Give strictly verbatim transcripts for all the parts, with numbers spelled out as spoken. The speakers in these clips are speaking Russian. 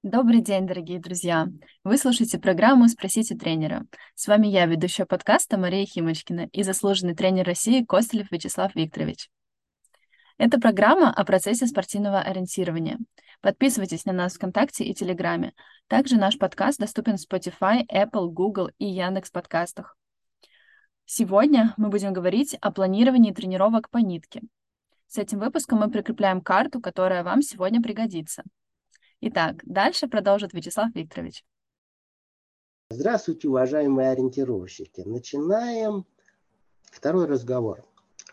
Добрый день, дорогие друзья! Вы слушаете программу «Спросите тренера». С вами я, ведущая подкаста Мария Химочкина и заслуженный тренер России Костылев Вячеслав Викторович. Это программа о процессе спортивного ориентирования. Подписывайтесь на нас в ВКонтакте и Телеграме. Также наш подкаст доступен в Spotify, Apple, Google и Яндекс подкастах. Сегодня мы будем говорить о планировании тренировок по нитке. С этим выпуском мы прикрепляем карту, которая вам сегодня пригодится. Итак, дальше продолжит Вячеслав Викторович. Здравствуйте, уважаемые ориентировщики. Начинаем второй разговор.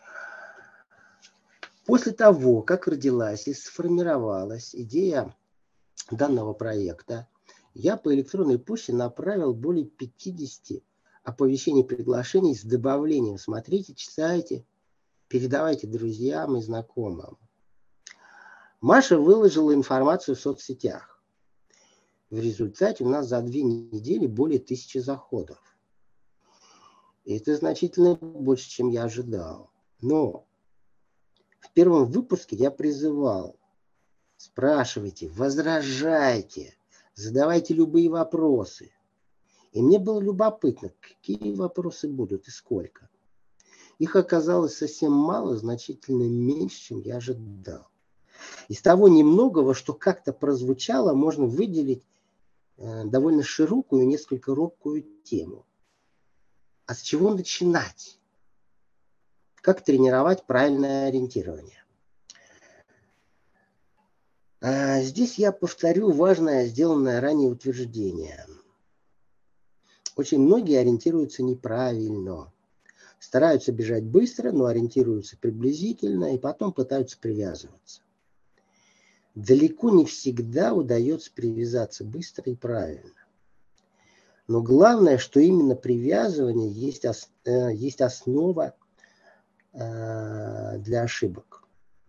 После того, как родилась и сформировалась идея данного проекта, я по электронной почте направил более пятидесяти оповещений, приглашений с добавлением «Смотрите, читайте, передавайте друзьям и знакомым». Маша выложила информацию в соцсетях. В результате у нас за две недели более тысячи заходов. И это значительно больше, чем я ожидал. Но в первом выпуске я призывал: спрашивайте, возражайте, задавайте любые вопросы. И мне было любопытно, какие вопросы будут и сколько. Их оказалось совсем мало, значительно меньше, чем я ожидал. Из того немногого, что как-то прозвучало, можно выделить э, довольно широкую, несколько робкую тему. А с чего начинать? Как тренировать правильное ориентирование? А здесь я повторю важное, сделанное ранее утверждение. Очень многие ориентируются неправильно. Стараются бежать быстро, но ориентируются приблизительно и потом пытаются привязываться. Далеко не всегда удается привязаться быстро и правильно. Но главное, что именно привязывание есть, ос, э, есть основа э, для ошибок.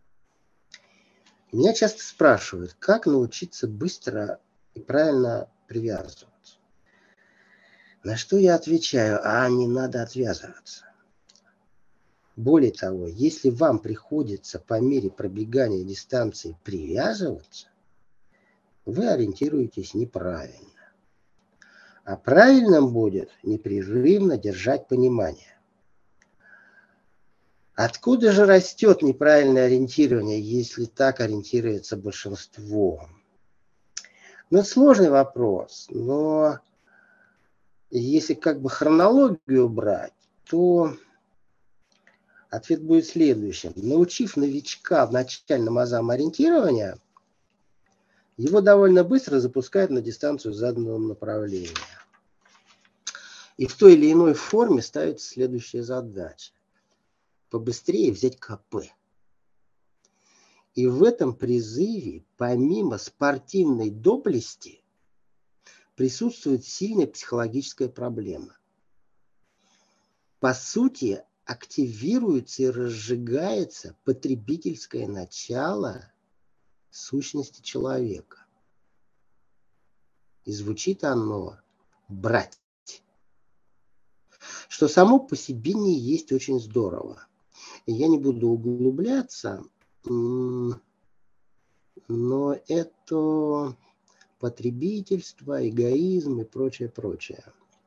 Меня часто спрашивают, как научиться быстро и правильно привязываться. На что я отвечаю: а не надо отвязываться. Более того, если вам приходится по мере пробегания дистанции привязываться, вы ориентируетесь неправильно. А правильным будет непрерывно держать понимание. Откуда же растет неправильное ориентирование, если так ориентируется большинство? Ну, это сложный вопрос, но если как бы хронологию брать, то ответ будет следующим. Научив новичка в начальном азам ориентирования, его довольно быстро запускают на дистанцию заданного направления. И в той или иной форме ставится следующая задача: побыстрее взять КП. И в этом призыве, помимо спортивной доблести, присутствует сильная психологическая проблема. По сути, активируется и разжигается потребительское начало сущности человека. И звучит оно «брать», что само по себе не есть очень здорово. И я не буду углубляться, но это потребительство, эгоизм и прочее, прочее.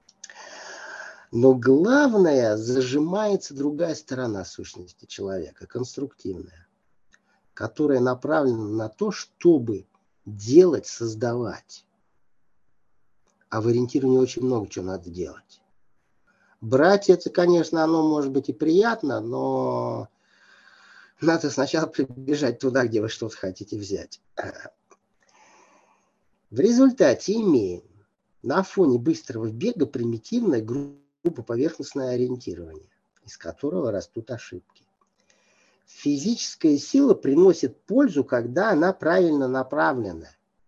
Но главное, зажимается другая сторона сущности человека, конструктивная, которая направлена на то, чтобы делать, создавать. А в ориентировании очень много чего надо делать. Брать это, конечно, оно может быть и приятно, но надо сначала прибежать туда, где вы что-то хотите взять. В результате имеем на фоне быстрого бега примитивное группоповерхностное ориентирование, из которого растут ошибки. Физическая сила приносит пользу, когда она правильно направлена.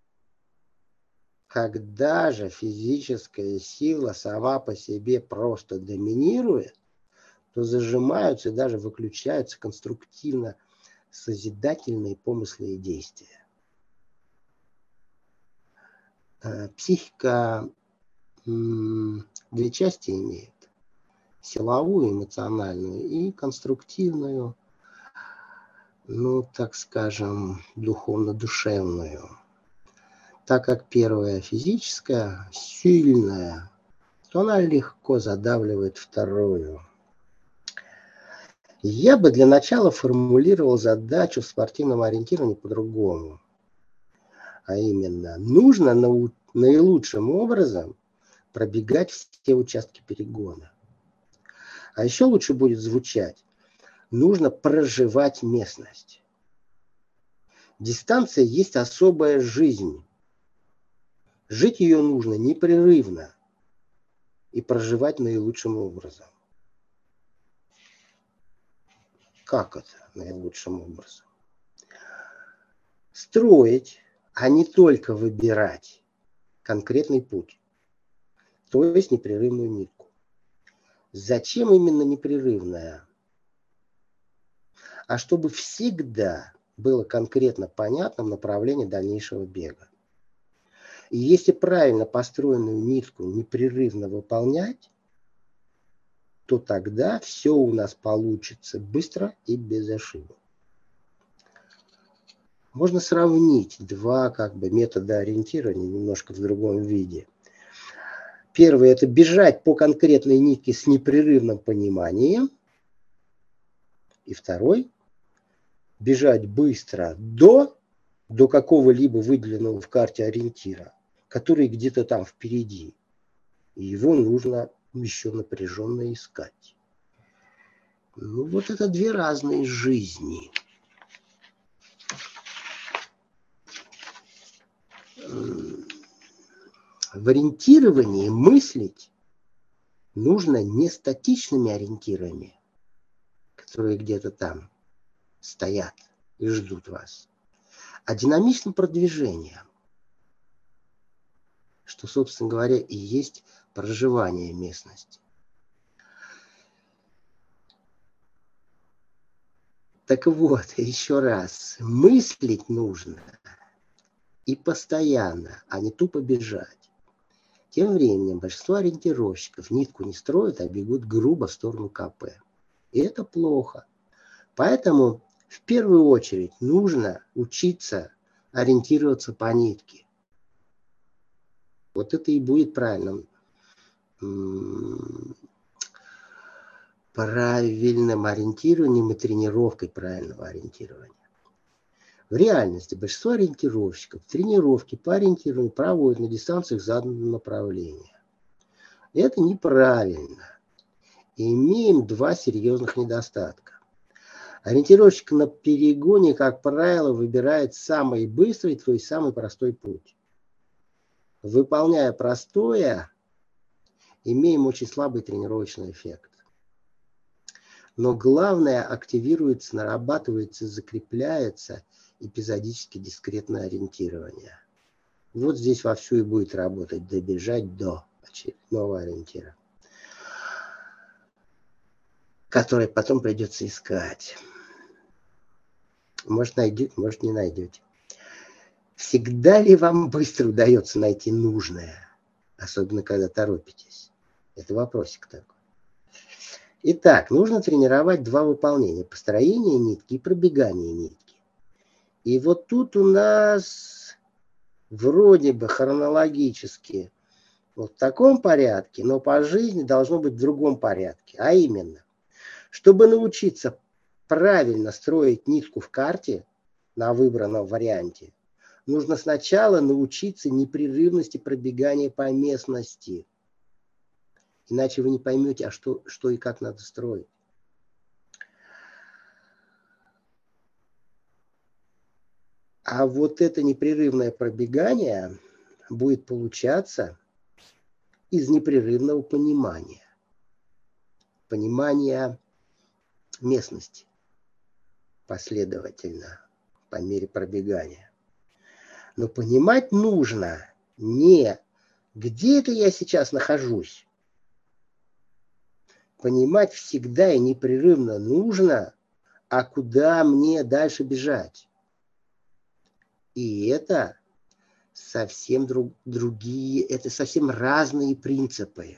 Когда же физическая сила сама по себе просто доминирует, то зажимаются и даже выключаются конструктивно созидательные помыслы и действия. Психика две части имеет: силовую, эмоциональную, и конструктивную, ну, так скажем, духовно-душевную. так как первая физическая, сильная, то она легко задавливает вторую. Я бы для начала формулировал задачу в спортивном ориентировании по-другому. А именно, нужно нау- наилучшим образом пробегать все участки перегона. А еще лучше будет звучать, нужно проживать местность. Дистанция есть особая жизнь. Жить ее нужно непрерывно и проживать наилучшим образом. Как это наилучшим образом? Строить, а не только выбирать конкретный путь, то есть непрерывную нитку. Зачем именно непрерывная? А чтобы всегда было конкретно понятно направление дальнейшего бега. И если правильно построенную нитку непрерывно выполнять, то тогда все у нас получится быстро и без ошибок. Можно сравнить два как бы метода ориентирования немножко в другом виде. Первый – это бежать по конкретной нитке с непрерывным пониманием. И второй – бежать быстро до, до какого-либо выделенного в карте ориентира, который где-то там впереди. И его нужно еще напряженно искать. Ну вот это две разные жизни. В ориентировании мыслить нужно не статичными ориентирами, которые где-то там стоят и ждут вас, а динамичным продвижением, что, собственно говоря, и есть проживание местности. Так вот, еще раз, мыслить нужно и постоянно, а не тупо бежать. Тем временем большинство ориентировщиков нитку не строят, а бегут грубо в сторону КП. И это плохо. Поэтому в первую очередь нужно учиться ориентироваться по нитке. Вот это и будет правильным, правильным ориентированием и тренировкой правильного ориентирования. В реальности большинство ориентировщиков тренировки по ориентированию проводят на дистанциях заданного направления. Это неправильно. И имеем два серьезных недостатка. Ориентировщик на перегоне, как правило, выбирает самый быстрый, то есть самый простой путь. Выполняя простое, имеем очень слабый тренировочный эффект. Но главное, активируется, нарабатывается, закрепляется эпизодически дискретное ориентирование. Вот здесь вовсю и будет работать, добежать до очередного ориентира, который потом придется искать. Может найдете, может не найдете. Всегда ли вам быстро удается найти нужное? Особенно, когда торопитесь. Это вопросик такой. Итак, нужно тренировать два выполнения. Построение нитки и пробегание нитки. И вот тут у нас вроде бы хронологически вот в таком порядке, но по жизни должно быть в другом порядке. А именно, чтобы научиться правильно строить нитку в карте на выбранном варианте, нужно сначала научиться непрерывности пробегания по местности. Иначе вы не поймете, а что, что и как надо строить. А вот это непрерывное пробегание будет получаться из непрерывного понимания. Понимания местности последовательно по мере пробегания. Но понимать нужно не где это я сейчас нахожусь. Понимать всегда и непрерывно нужно, а куда мне дальше бежать. И это совсем друг, другие, это совсем разные принципы.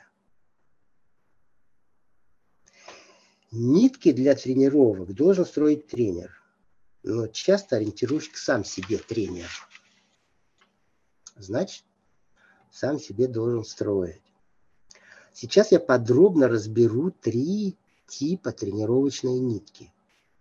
Нитки для тренировок должен строить тренер. Но часто ориентировщик сам себе тренер. Значит, сам себе должен строить. Сейчас я подробно разберу три типа тренировочной нитки.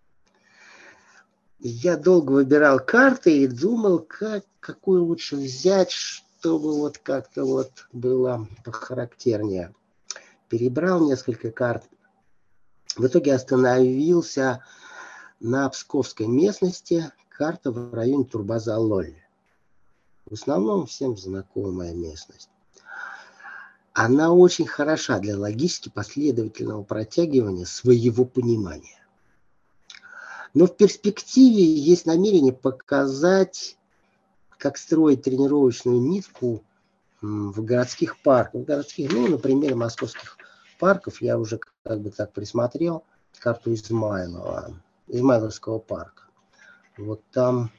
Я долго выбирал карты и думал, как, какую лучше взять, чтобы вот как-то вот было похарактернее. Перебрал несколько карт. В итоге остановился на Псковской местности. Карта в районе Турбаза-Лоль. В основном всем знакомая местность. Она очень хороша для логически последовательного протягивания своего понимания. Но в перспективе есть намерение показать, как строить тренировочную нитку в городских парках. В городских, ну, например, московских парков я уже как бы так присмотрел карту Измайлова, Измайловского парка. Вот там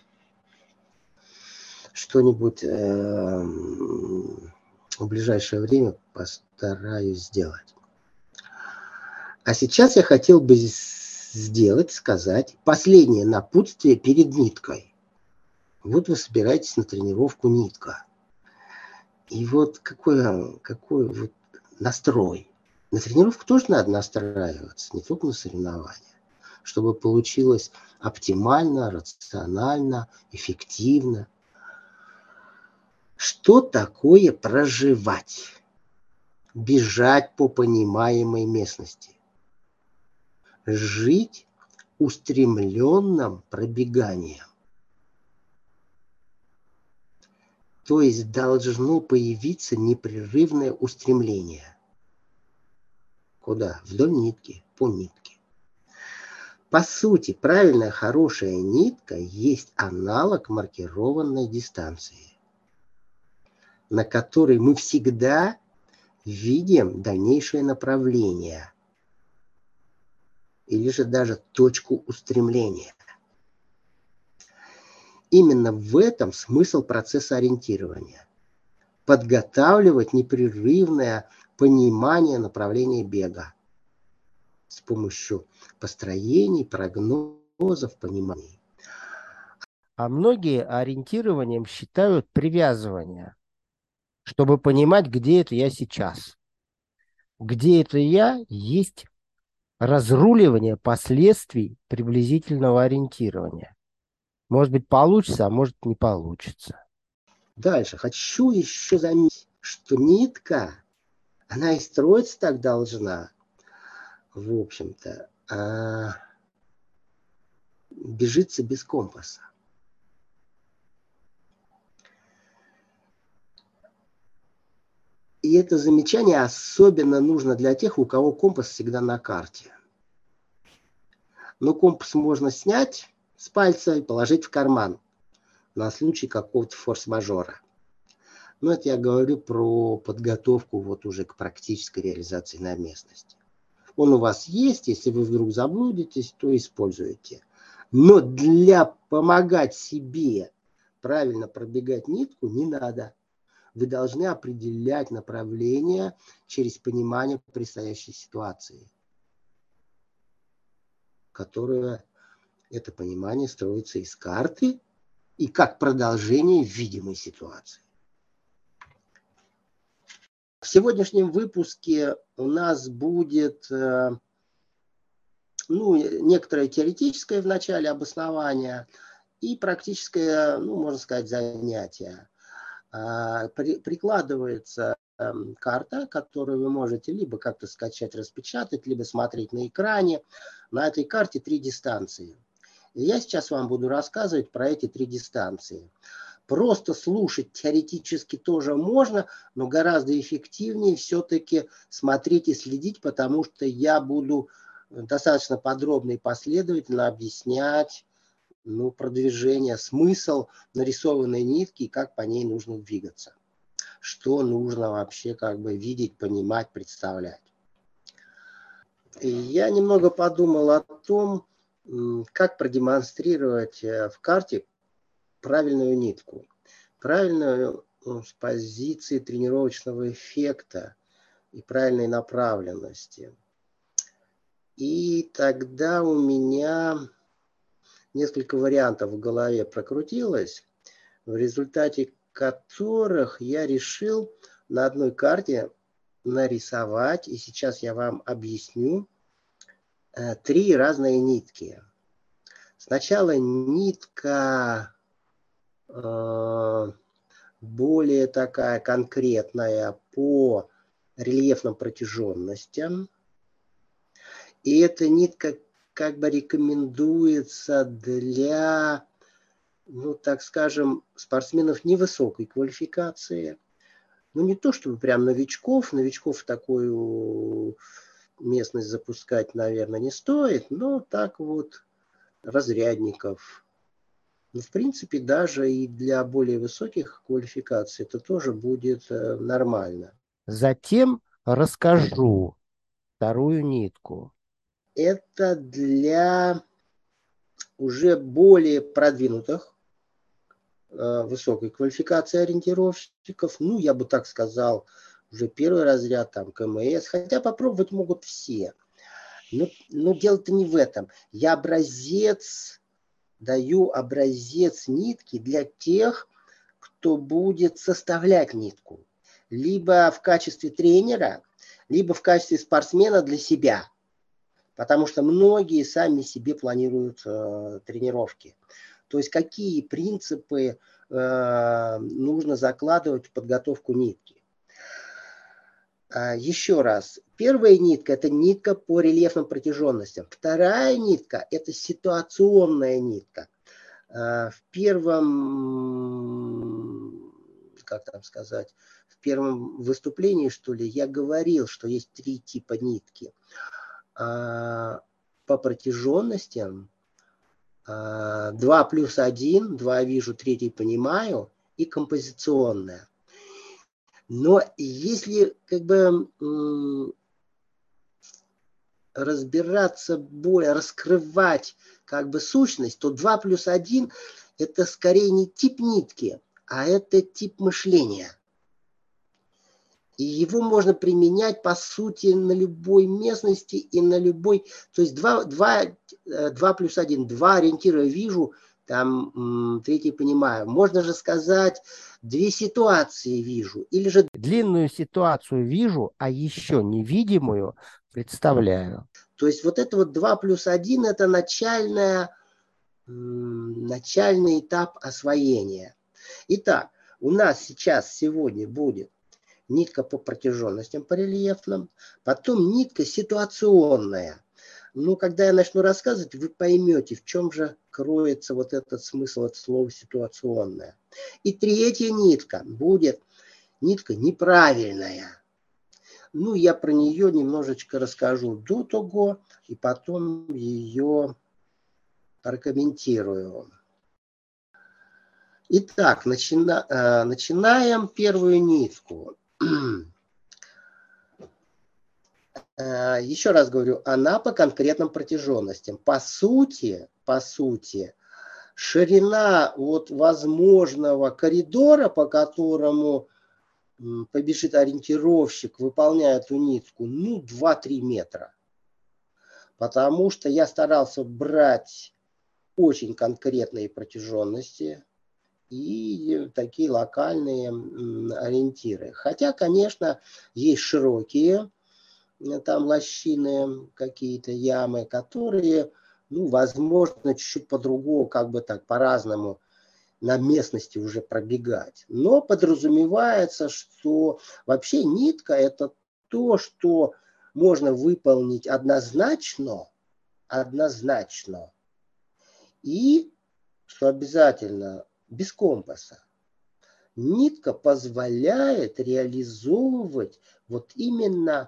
что-нибудь э, в ближайшее время постараюсь сделать. А сейчас я хотел бы сделать, сказать последнее напутствие перед ниткой. Вот вы собираетесь на тренировку нитка. И вот какой, какой вот настрой. На тренировку тоже надо настраиваться, не только на соревнования, чтобы получилось оптимально, рационально, эффективно. Что такое проживать? Бежать по понимаемой местности. Жить устремленным пробеганием. То есть должно появиться непрерывное устремление. Куда? Вдоль нитки, по нитке. По сути, правильная хорошая нитка есть аналог маркированной дистанции, на которой мы всегда видим дальнейшее направление или же даже точку устремления. Именно в этом смысл процесса ориентирования. Подготавливать непрерывное понимание направления бега с помощью построений, прогнозов, пониманий. А многие ориентированием считают привязывание, чтобы понимать, где это я сейчас. Где это я есть разруливание последствий приблизительного ориентирования. Может быть, получится, а может, не получится. Дальше. Хочу еще заметить, что нитка, она и строиться так должна, в общем-то, а бежится без компаса. И это замечание особенно нужно для тех, у кого компас всегда на карте. Но компас можно снять с пальца и положить в карман на случай какого-то форс-мажора. Но это я говорю про подготовку вот уже к практической реализации на местности. Он у вас есть, если вы вдруг заблудитесь, то используйте. Но для помогать себе правильно пробегать нитку не надо. Вы должны определять направление через понимание предстоящей ситуации, которое это понимание строится из карты и как продолжение видимой ситуации. В сегодняшнем выпуске у нас будет ну, некоторое теоретическое в начале обоснование и практическое, ну, можно сказать, занятие. Прикладывается карта, которую вы можете либо как-то скачать, распечатать, либо смотреть на экране. На этой карте три дистанции. И я сейчас вам буду рассказывать про эти три дистанции. Просто слушать теоретически тоже можно, но гораздо эффективнее все-таки смотреть и следить, потому что я буду достаточно подробно и последовательно объяснять ну, продвижение, смысл нарисованной нитки и как по ней нужно двигаться. Что нужно вообще как бы видеть, понимать, представлять. И я немного подумал о том, как продемонстрировать в карте правильную нитку. Правильную с позиции тренировочного эффекта и правильной направленности. И тогда у меня несколько вариантов в голове прокрутилось, в результате которых я решил на одной карте нарисовать, и сейчас я вам объясню, три разные нитки. Сначала нитка э, более такая конкретная по рельефным протяженностям. И эта нитка как бы рекомендуется для, ну, так скажем, спортсменов невысокой квалификации. Ну, не то чтобы прям новичков. Новичков в такую местность запускать, наверное, не стоит. Но так вот разрядников. Ну, в принципе, даже и для более высоких квалификаций это тоже будет э, нормально. Затем расскажу вторую нитку. Это для уже более продвинутых э, высокой квалификации ориентировщиков. Ну, я бы так сказал, уже первый разряд, там, КМС. Хотя попробовать могут все. Но, но дело-то не в этом. Я образец, даю образец нитки для тех, кто будет составлять нитку. Либо в качестве тренера, либо в качестве спортсмена для себя. Потому что многие сами себе планируют э, тренировки. То есть какие принципы э, нужно закладывать в подготовку нитки. А, еще раз. Первая нитка – это нитка по рельефным протяженностям. Вторая нитка – это ситуационная нитка. А, в первом, как там сказать, в первом выступлении, что ли, я говорил, что есть три типа нитки. По протяженностям два плюс один, два вижу, третий понимаю, и композиционная. Но если как бы разбираться более, раскрывать как бы сущность, то два плюс один это скорее не тип нитки, а это тип мышления. И его можно применять, по сути, на любой местности и на любой... То есть два, два, два плюс один, два ориентира вижу, там третий понимаю. Можно же сказать, две ситуации вижу. Или же... Длинную ситуацию вижу, а еще невидимую представляю. То есть вот это вот два плюс один, это начальная, начальный этап освоения. Итак, у нас сейчас сегодня будет нитка по протяженностям, по рельефным, потом нитка ситуационная. Ну, когда я начну рассказывать, вы поймете, в чем же кроется вот этот смысл от слова ситуационная. И третья нитка будет нитка неправильная. Ну, я про нее немножечко расскажу до того, и потом ее прокомментирую. Итак, начина, э, начинаем первую нитку. Еще раз говорю, она по конкретным протяженностям. По сути, по сути, ширина вот возможного коридора, по которому побежит ориентировщик, выполняя эту нитку, ну, два-три метра. Потому что я старался брать очень конкретные протяженности и такие локальные ориентиры. Хотя, конечно, есть широкие там лощины, какие-то ямы, которые, ну, возможно, чуть-чуть по-другому, как бы так, по-разному на местности уже пробегать. Но подразумевается, что вообще нитка – это то, что можно выполнить однозначно, однозначно, и, что обязательно, без компаса. Нитка позволяет реализовывать вот именно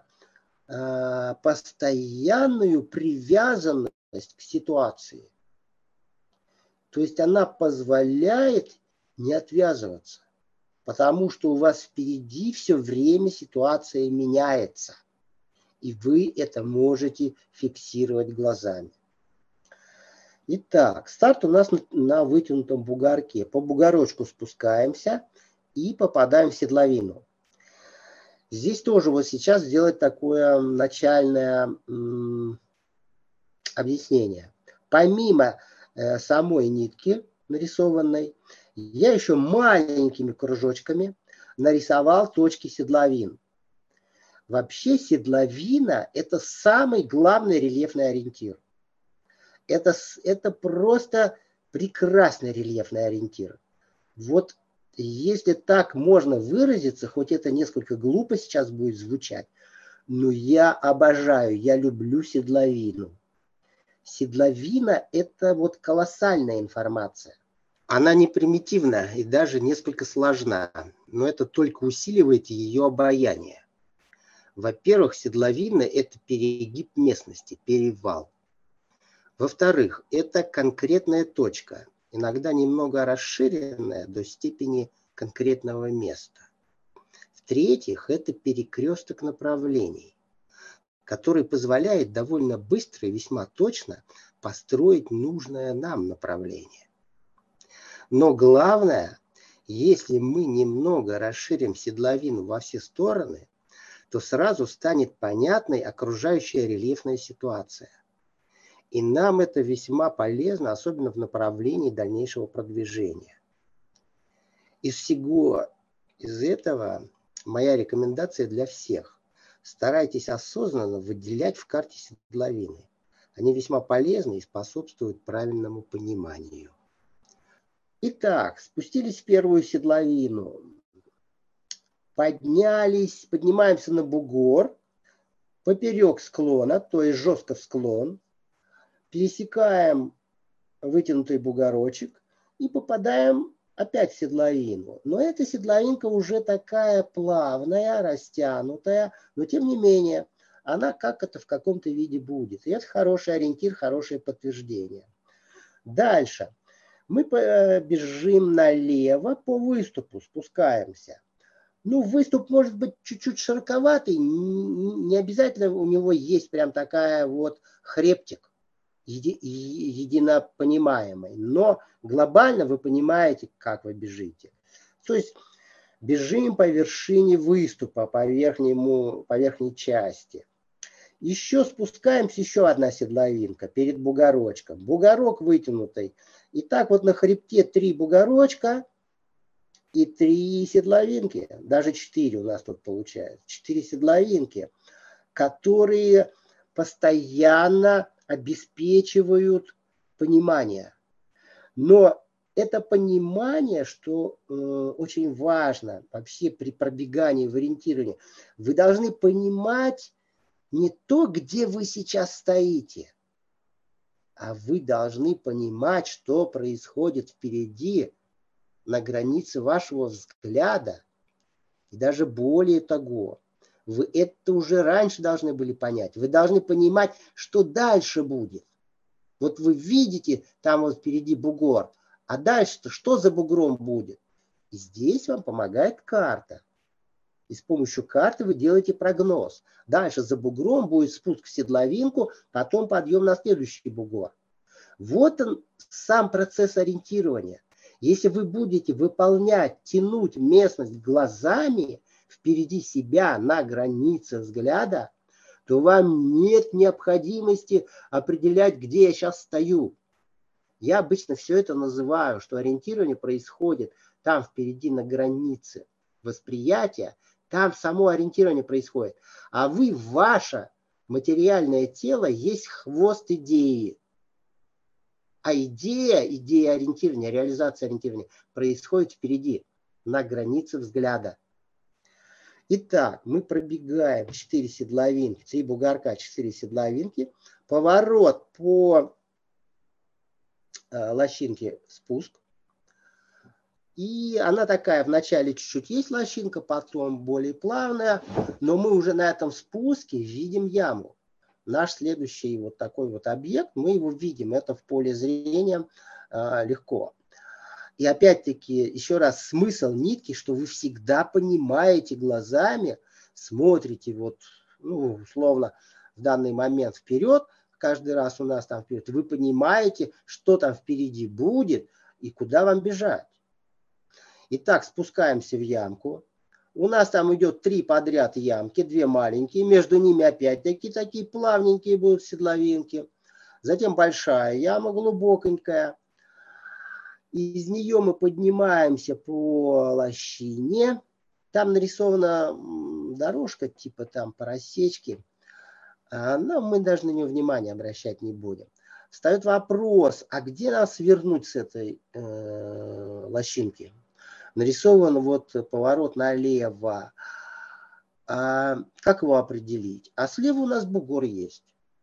постоянную привязанность к ситуации. То есть она позволяет не отвязываться, потому что у вас впереди все время ситуация меняется, и вы это можете фиксировать глазами. Итак, старт у нас на вытянутом бугорке. По бугорочку спускаемся и попадаем в седловину. Здесь тоже вот сейчас сделать такое начальное м, объяснение. Помимо э, самой нитки нарисованной, я еще маленькими кружочками нарисовал точки седловин. Вообще седловина – это самый главный рельефный ориентир. Это, это просто прекрасный рельефный ориентир. Вот если так можно выразиться, хоть это несколько глупо сейчас будет звучать, но я обожаю, я люблю седловину. Седловина – это вот колоссальная информация. Она не примитивна и даже несколько сложна, но это только усиливает ее обаяние. Во-первых, седловина – это перегиб местности, перевал. Во-вторых, это конкретная точка, иногда немного расширенная до степени конкретного места. В-третьих, это перекресток направлений, который позволяет довольно быстро и весьма точно построить нужное нам направление. Но главное, если мы немного расширим седловину во все стороны, то сразу станет понятной окружающая рельефная ситуация. И нам это весьма полезно, особенно в направлении дальнейшего продвижения. Из всего из этого моя рекомендация для всех. Старайтесь осознанно выделять в карте седловины. Они весьма полезны и способствуют правильному пониманию. Итак, спустились в первую седловину. Поднялись, поднимаемся на бугор, поперек склона, то есть жестко в склон. Пересекаем вытянутый бугорочек и попадаем опять в седловину. Но эта седловинка уже такая плавная, растянутая, но тем не менее она как это в каком-то виде будет. И это хороший ориентир, хорошее подтверждение. Дальше. Мы бежим налево по выступу, спускаемся. Ну, выступ может быть чуть-чуть широковатый, не обязательно у него есть прям такая вот хребтик еди, единопонимаемый, но глобально вы понимаете, как вы бежите. То есть бежим по вершине выступа, по, верхнему, по верхней части. Еще спускаемся, еще одна седловинка перед бугорочком. Бугорок вытянутый. И так вот на хребте три бугорочка и три седловинки, даже четыре у нас тут получается, четыре седловинки, которые постоянно обеспечивают понимание. Но это понимание, что э, очень важно вообще при пробегании, в ориентировании, вы должны понимать не то, где вы сейчас стоите, а вы должны понимать, что происходит впереди, на границе вашего взгляда. И даже более того, вы это уже раньше должны были понять. Вы должны понимать, что дальше будет. Вот вы видите, там вот впереди бугор, а дальше-то что за бугром будет? И здесь вам помогает карта. И с помощью карты вы делаете прогноз. Дальше за бугром будет спуск в седловинку, потом подъем на следующий бугор. Вот он, сам процесс ориентирования. Если вы будете выполнять, тянуть местность глазами впереди себя на границе взгляда, то вам нет необходимости определять, где я сейчас стою. Я обычно все это называю, что ориентирование происходит там впереди на границе восприятия, там само ориентирование происходит. А вы, ваше материальное тело, есть хвост идеи. А идея, идея ориентирования, реализация ориентирования происходит впереди, на границе взгляда. Итак, мы пробегаем четыре седловинки, три бугорка, четыре седловинки, поворот по э, лощинке спуск. И она такая, вначале чуть-чуть есть лощинка, потом более плавная, но мы уже на этом спуске видим яму. Наш следующий вот такой вот объект, мы его видим, это в поле зрения э, легко. И опять-таки, еще раз, смысл нитки, что вы всегда понимаете глазами, смотрите вот, ну, условно, в данный момент вперед, каждый раз у нас там вперед, вы понимаете, что там впереди будет и куда вам бежать. Итак, спускаемся в ямку. У нас там идет три подряд ямки, две маленькие. Между ними опять-таки такие плавненькие будут седловинки. Затем большая яма, глубоконькая. Из нее мы поднимаемся по лощине. Там нарисована дорожка, типа там просечки. Но мы даже на нее внимания обращать не будем. Встает вопрос, а где нас свернуть с этой э, лощинки? Нарисован вот поворот налево. А как его определить? А слева у нас бугор есть.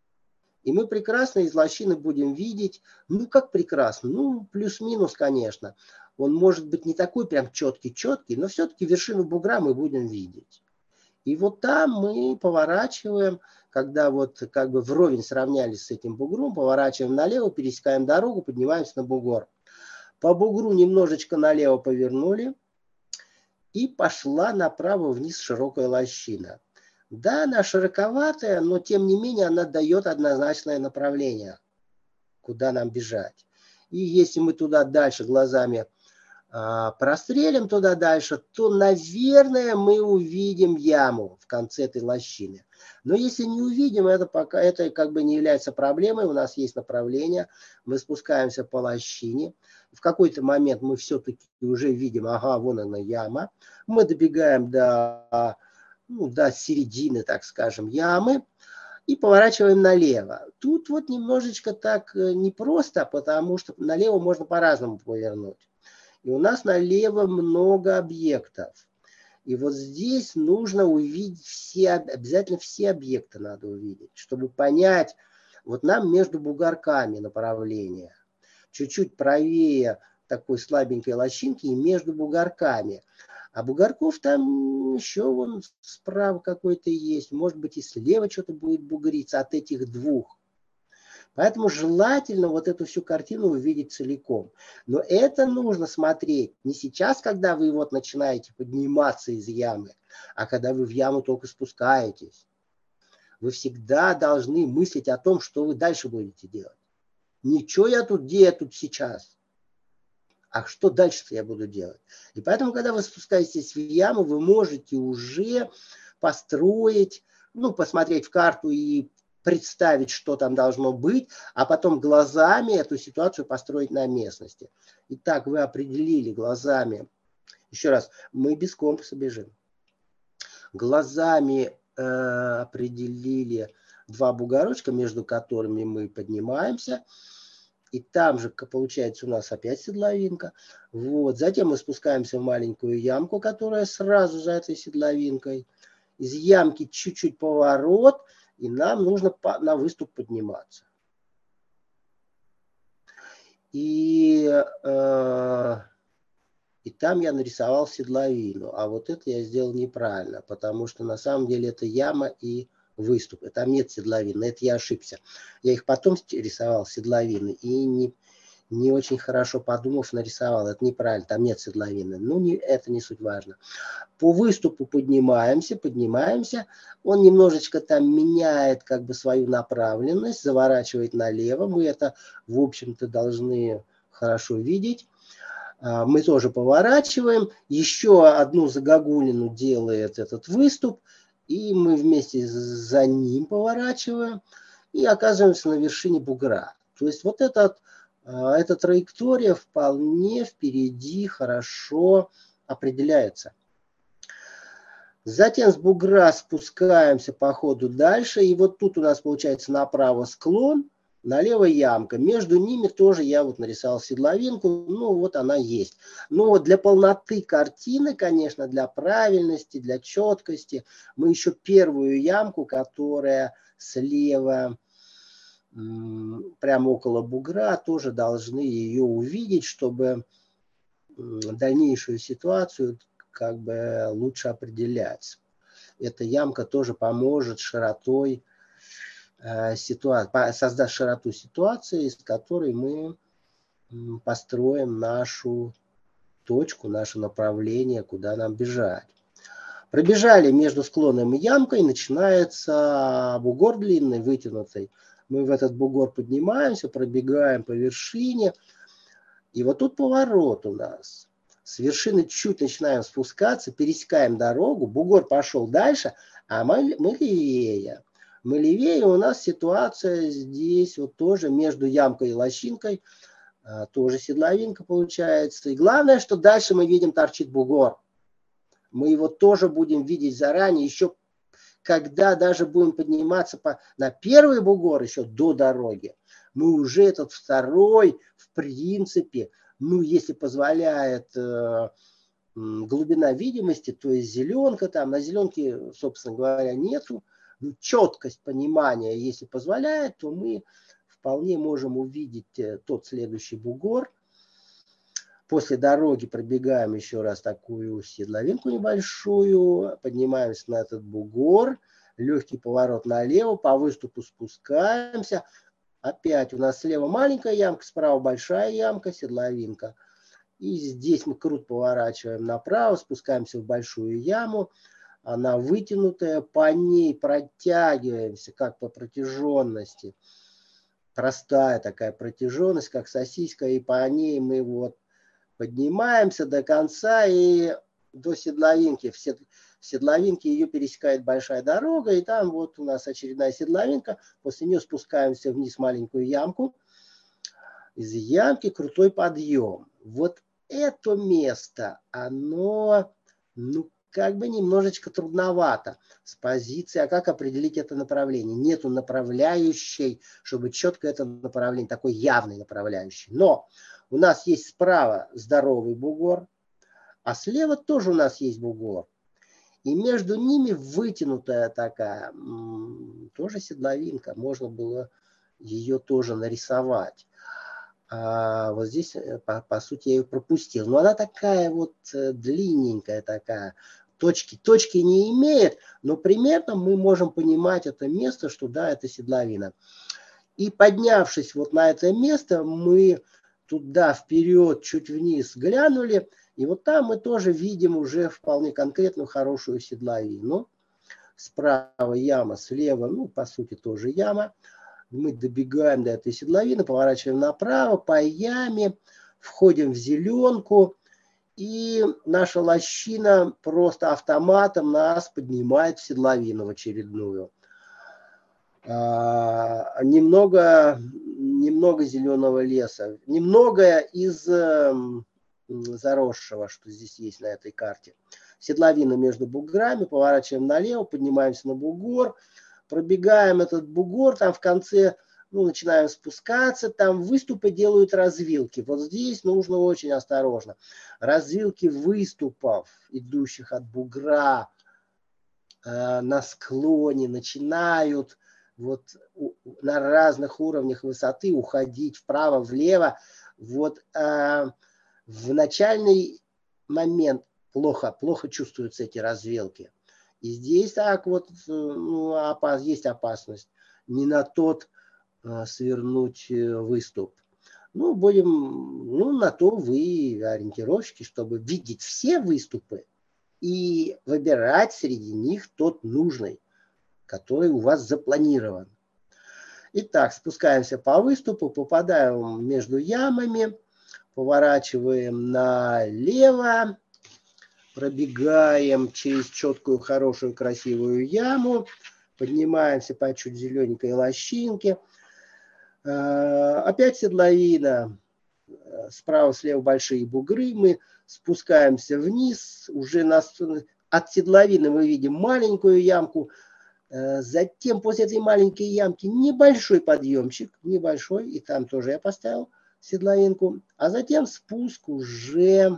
И мы прекрасно из лощины будем видеть, ну как прекрасно, ну плюс-минус, конечно. Он может быть не такой прям четкий-четкий, но все-таки вершину бугра мы будем видеть. И вот там мы поворачиваем, когда вот как бы вровень сравнялись с этим бугром, поворачиваем налево, пересекаем дорогу, поднимаемся на бугор. По бугру немножечко налево повернули, и пошла направо вниз широкая лощина. Да, она широковатая, но тем не менее она дает однозначное направление, куда нам бежать. И если мы туда дальше глазами а, прострелим туда дальше, то, наверное, мы увидим яму в конце этой лощины. Но если не увидим, это пока это как бы не является проблемой. У нас есть направление, мы спускаемся по лощине. В какой-то момент мы все-таки уже видим, ага, вон она яма. Мы добегаем до, ну, до середины, так скажем, ямы и поворачиваем налево. Тут вот немножечко так непросто, потому что налево можно по-разному повернуть. И у нас налево много объектов. И вот здесь нужно увидеть все, обязательно все объекты надо увидеть, чтобы понять, вот нам между бугорками направление. Чуть-чуть правее такой слабенькой лощинки и между бугорками. А бугорков там еще вон справа какой-то есть. Может быть и слева что-то будет бугриться от этих двух. Поэтому желательно вот эту всю картину увидеть целиком. Но это нужно смотреть не сейчас, когда вы вот начинаете подниматься из ямы, а когда вы в яму только спускаетесь. Вы всегда должны мыслить о том, что вы дальше будете делать. Ничего я тут, где я тут сейчас, а что дальше-то я буду делать. И поэтому, когда вы спускаетесь в яму, вы можете уже построить, ну, посмотреть в карту и представить, что там должно быть, а потом глазами эту ситуацию построить на местности. Итак, вы определили глазами, еще раз, мы без компаса бежим, глазами э, определили два бугорочка, между которыми мы поднимаемся, и там же, получается, у нас опять седловинка. Вот. Затем мы спускаемся в маленькую ямку, которая сразу за этой седловинкой. Из ямки чуть-чуть поворот, и нам нужно на выступ подниматься. И, э, и там я нарисовал седловину. А вот это я сделал неправильно, потому что на самом деле это яма и выступ. Там нет седловины, это я ошибся. Я их потом рисовал, седловины, и не, не очень хорошо подумав, нарисовал. Это неправильно, там нет седловины. Ну, не, это не суть важно. По выступу поднимаемся, поднимаемся. Он немножечко там меняет как бы свою направленность, заворачивает налево. Мы это, в общем-то, должны хорошо видеть. Мы тоже поворачиваем. Еще одну загогулину делает этот выступ. И мы вместе за ним поворачиваем и оказываемся на вершине бугра. То есть вот этот, эта траектория вполне впереди хорошо определяется. Затем с бугра спускаемся по ходу дальше. И вот тут у нас получается направо склон, налево ямка. Между ними тоже я вот нарисовал седловинку. Ну вот она есть. Но вот для полноты картины, конечно, для правильности, для четкости, мы еще первую ямку, которая слева, прямо около бугра, тоже должны ее увидеть, чтобы дальнейшую ситуацию как бы лучше определять. Эта ямка тоже поможет широтой ситуации, создаст широту ситуации, из которой мы построим нашу точку, наше направление, куда нам бежать. Пробежали между склоном и ямкой, начинается бугор длинный, вытянутый. Мы в этот бугор поднимаемся, пробегаем по вершине. И вот тут поворот у нас. С вершины чуть начинаем спускаться, пересекаем дорогу, бугор пошел дальше, а мы, мы левее. Мы левее, у нас ситуация здесь вот тоже между ямкой и лощинкой. А, тоже седловинка получается. И главное, что дальше мы видим, торчит бугор. Мы его тоже будем видеть заранее, еще когда даже будем подниматься по, на первый бугор, еще до дороги. Мы уже этот второй, в принципе, ну, если позволяет э, глубина видимости, то есть зеленка там, на зеленке, собственно говоря, нету. Ну, четкость понимания, если позволяет, то мы вполне можем увидеть э, тот следующий бугор. После дороги пробегаем еще раз такую седловинку небольшую, поднимаемся на этот бугор, легкий поворот налево, по выступу спускаемся. Опять у нас слева маленькая ямка, справа большая ямка, седловинка. И здесь мы круто поворачиваем направо, спускаемся в большую яму. Она вытянутая, по ней протягиваемся, как по протяженности. Простая такая протяженность, как сосиска, и по ней мы вот поднимаемся до конца и до седловинки. В седловинке ее пересекает большая дорога, и там вот у нас очередная седловинка. После нее спускаемся вниз в маленькую ямку. Из ямки крутой подъем. Вот это место, оно, ну, как бы немножечко трудновато с позиции. А как определить это направление? Нету направляющей, чтобы четко это направление, такой явный направляющий. Но у нас есть справа здоровый бугор, а слева тоже у нас есть бугор. И между ними вытянутая такая, тоже седловинка. Можно было ее тоже нарисовать. А вот здесь, по, по сути, я ее пропустил. Но она такая вот длинненькая такая. Точки, точки не имеет, но примерно мы можем понимать это место, что да, это седловина. И поднявшись вот на это место, мы туда вперед, чуть вниз глянули, и вот там мы тоже видим уже вполне конкретную хорошую седловину. Справа яма, слева, ну, по сути, тоже яма. Мы добегаем до этой седловины, поворачиваем направо по яме, входим в зеленку, и наша лощина просто автоматом нас поднимает в седловину в очередную. А, немного, немного зеленого леса, немного из э, заросшего, что здесь есть на этой карте. Седловина между буграми, поворачиваем налево, поднимаемся на бугор, пробегаем этот бугор, там в конце, ну, начинаем спускаться, там выступы делают развилки. Вот здесь нужно очень осторожно. Развилки выступов, идущих от бугра э, на склоне, начинают вот на разных уровнях высоты уходить вправо-влево. Вот э, в начальный момент плохо, плохо чувствуются эти развилки. И здесь так вот, ну, опас, есть опасность не на тот э, свернуть выступ. Ну, будем, ну, на то вы ориентировщики, чтобы видеть все выступы и выбирать среди них тот нужный, который у вас запланирован. Итак, спускаемся по выступу, попадаем между ямами, поворачиваем налево, пробегаем через четкую, хорошую, красивую яму, поднимаемся по чуть зелененькой лощинке. Опять седловина, справа, слева большие бугры, мы спускаемся вниз, уже на, от седловины мы видим маленькую ямку, затем после этой маленькой ямки небольшой подъемчик, небольшой, и там тоже я поставил седловинку, а затем спуск уже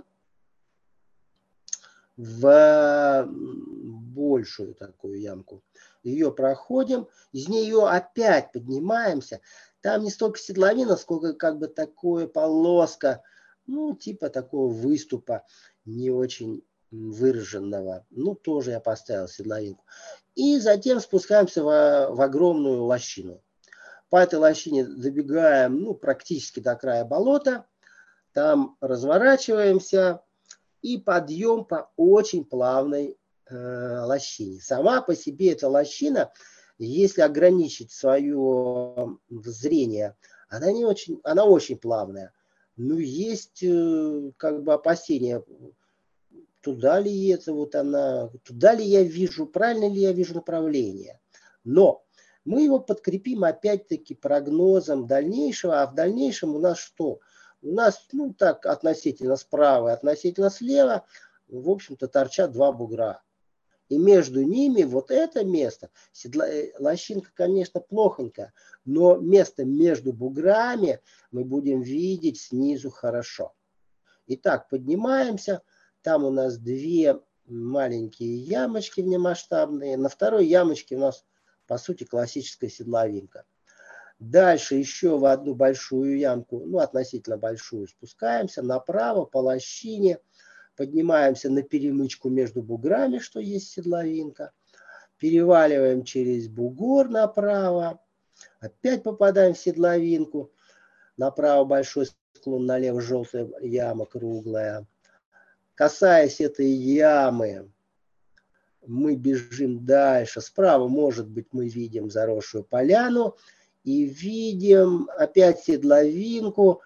в большую такую ямку. Ее проходим, из нее опять поднимаемся. Там не столько седловина, сколько как бы такое полоска, ну, типа такого выступа, не очень выраженного. Ну, тоже я поставил седловинку. И затем спускаемся в, в огромную лощину. По этой лощине добегаем, ну, практически до края болота. Там разворачиваемся. И подъем по очень плавной э, лощине. Сама по себе эта лощина, если ограничить свое зрение, она, не очень, она очень плавная. Но есть э, как бы опасения, туда ли это вот она, туда ли я вижу, правильно ли я вижу направление. Но мы его подкрепим опять-таки прогнозом дальнейшего, а в дальнейшем у нас что? у нас, ну так, относительно справа и относительно слева, в общем-то, торчат два бугра. И между ними вот это место, седла, лощинка, конечно, плохонькая, но место между буграми мы будем видеть снизу хорошо. Итак, поднимаемся. Там у нас две маленькие ямочки внемасштабные. На второй ямочке у нас, по сути, классическая седловинка. Дальше еще в одну большую ямку, ну, относительно большую, спускаемся направо по лощине. Поднимаемся на перемычку между буграми, что есть седловинка. Переваливаем через бугор направо. Опять попадаем в седловинку. Направо большой склон, налево желтая яма круглая. Касаясь этой ямы, мы бежим дальше. Справа, может быть, мы видим заросшую поляну. И видим опять седловинку.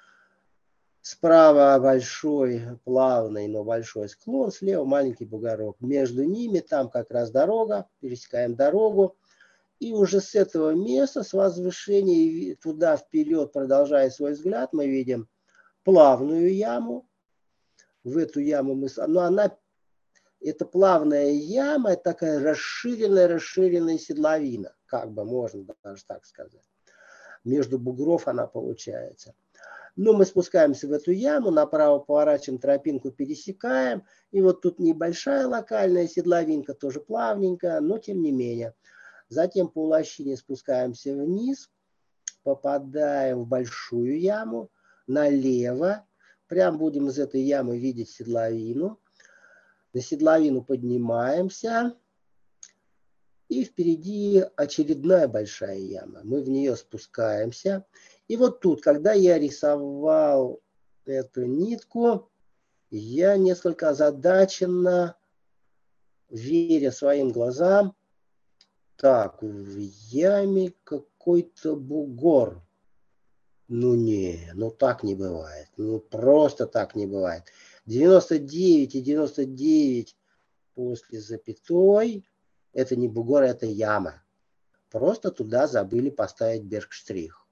Справа большой, плавный, но большой склон, слева маленький бугорок. Между ними там как раз дорога, пересекаем дорогу. И уже с этого места, с возвышения туда вперед, продолжая свой взгляд, мы видим плавную яму. В эту яму мы... Но она, это плавная яма, это такая расширенная, расширенная седловина. Как бы можно даже так сказать. Между бугров она получается. Но мы спускаемся в эту яму, направо поворачиваем, тропинку пересекаем. И вот тут небольшая локальная седловинка, тоже плавненькая, но тем не менее. Затем по лощине спускаемся вниз, попадаем в большую яму, налево. Прям будем из этой ямы видеть седловину. На седловину поднимаемся. И впереди очередная большая яма. Мы в нее спускаемся. И вот тут, когда я рисовал эту нитку, я несколько озадаченно, веря своим глазам, так, в яме какой-то бугор. Ну не, ну так не бывает. Ну просто так не бывает. девяносто девять и девяносто девять после запятой. Это не бугор, это яма. Просто туда забыли поставить бергштрих.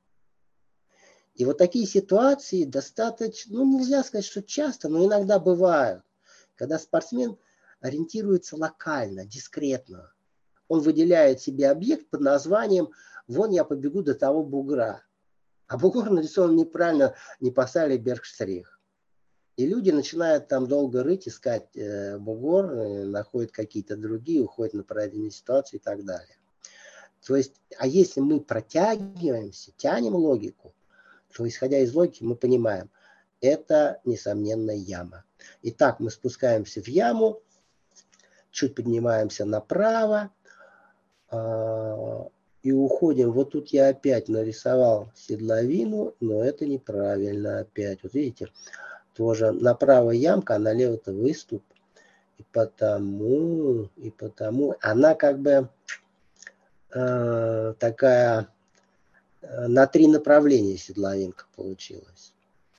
И вот такие ситуации достаточно, ну нельзя сказать, что часто, но иногда бывают, когда спортсмен ориентируется локально, дискретно. Он выделяет себе объект под названием «Вон я побегу до того бугра». А бугор нарисован неправильно, не поставили бергштрих. И люди начинают там долго рыть, искать э, бугор, э, находят какие-то другие, уходят на параллельные ситуации и так далее. То есть, а если мы протягиваемся, тянем логику, то, исходя из логики, мы понимаем, это, несомненно, яма. Итак, мы спускаемся в яму, чуть поднимаемся направо э, и уходим. Вот тут я опять нарисовал седловину, но это неправильно опять. Вот видите, тоже направо ямка, а налево-то выступ. И потому, и потому она как бы э, такая э, на три направления седловинка получилась.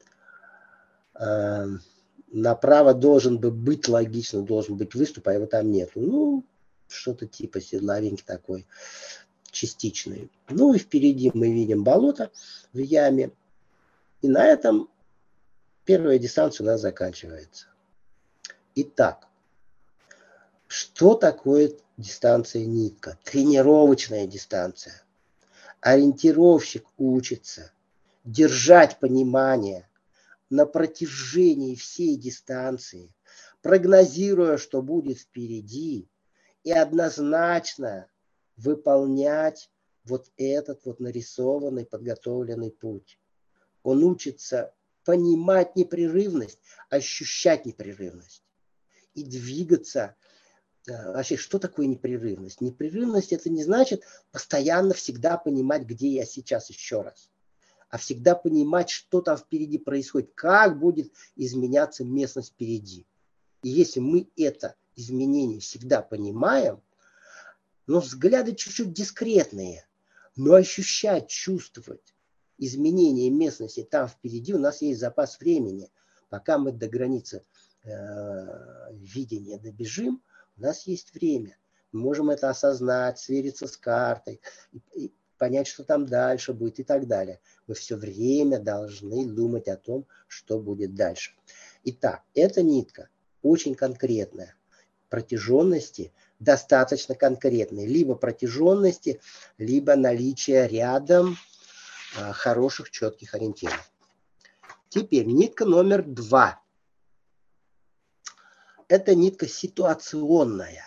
Э, направо должен бы быть логично, должен быть выступ, а его там нету. Ну, что-то типа седловинки такой частичной. Ну и впереди мы видим болото в яме. И на этом первая дистанция у нас заканчивается. Итак, что такое дистанция нитка? Тренировочная дистанция. Ориентировщик учится держать понимание на протяжении всей дистанции, прогнозируя, что будет впереди, и однозначно выполнять вот этот вот нарисованный, подготовленный путь. Он учится понимать непрерывность, ощущать непрерывность и двигаться. Вообще, что такое непрерывность? Непрерывность – это не значит постоянно всегда понимать, где я сейчас еще раз, а всегда понимать, что там впереди происходит, как будет изменяться местность впереди. И если мы это изменение всегда понимаем, но взгляды чуть-чуть дискретные, но ощущать, чувствовать изменение местности там впереди, у нас есть запас времени. Пока мы до границы э, видения добежим, у нас есть время. Мы можем это осознать, свериться с картой. И, и понять, что там дальше будет и так далее. Мы все время должны думать о том, что будет дальше. Итак, эта нитка очень конкретная. Протяженности достаточно конкретные. Либо протяженности, либо наличие рядом а, хороших четких ориентиров. Теперь нитка номер два. Это нитка ситуационная.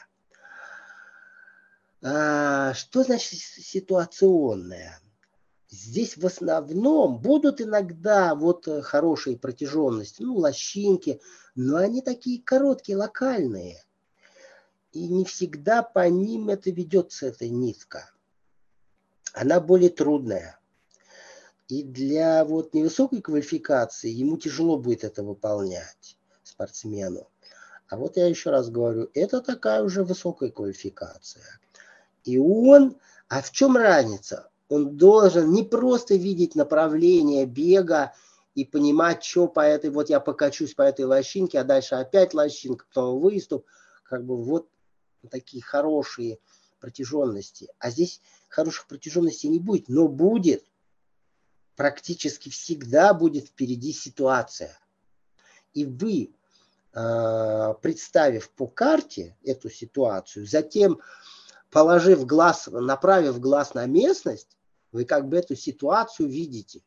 А, что значит ситуационная? Здесь в основном будут иногда вот хорошие протяженности, ну, лощинки, но они такие короткие, локальные. И не всегда по ним это ведется, эта нитка. Она более трудная. И для вот невысокой квалификации ему тяжело будет это выполнять, спортсмену. А вот я еще раз говорю, это такая уже высокая квалификация. И он, а в чем разница? Он должен не просто видеть направление бега и понимать, что по этой, вот я покачусь по этой лощинке, а дальше опять лощинка, потом выступ, как бы вот такие хорошие протяженности. А здесь хороших протяженностей не будет, но будет, практически всегда будет впереди ситуация. И вы, представив по карте эту ситуацию, затем положив глаз, направив глаз на местность, вы как бы эту ситуацию видите,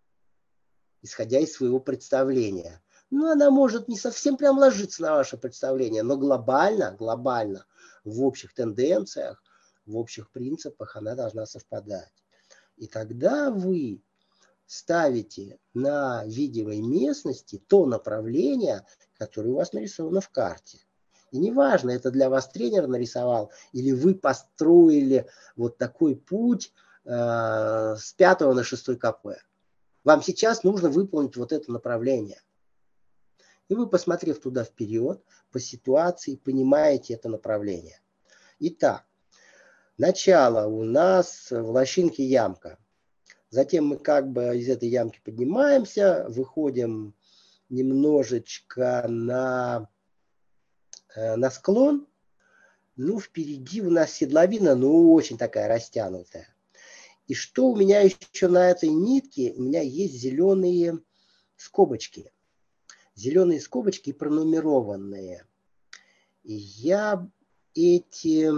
исходя из своего представления. Ну, она может не совсем прям ложиться на ваше представление, но глобально, глобально, в общих тенденциях, в общих принципах она должна совпадать. И тогда вы ставите на видимой местности то направление, которое у вас нарисовано в карте. И неважно, это для вас тренер нарисовал, или вы построили вот такой путь э, с пятого на шестой КП. Вам сейчас нужно выполнить вот это направление. И вы, посмотрев туда вперед, по ситуации, понимаете это направление. Итак, начало у нас в лощинке ямка. Затем мы как бы из этой ямки поднимаемся, выходим немножечко на, э, на склон. Ну, впереди у нас седловина, ну, очень такая растянутая. И что у меня еще на этой нитке? У меня есть зеленые скобочки. Зеленые скобочки пронумерованные. И я эти,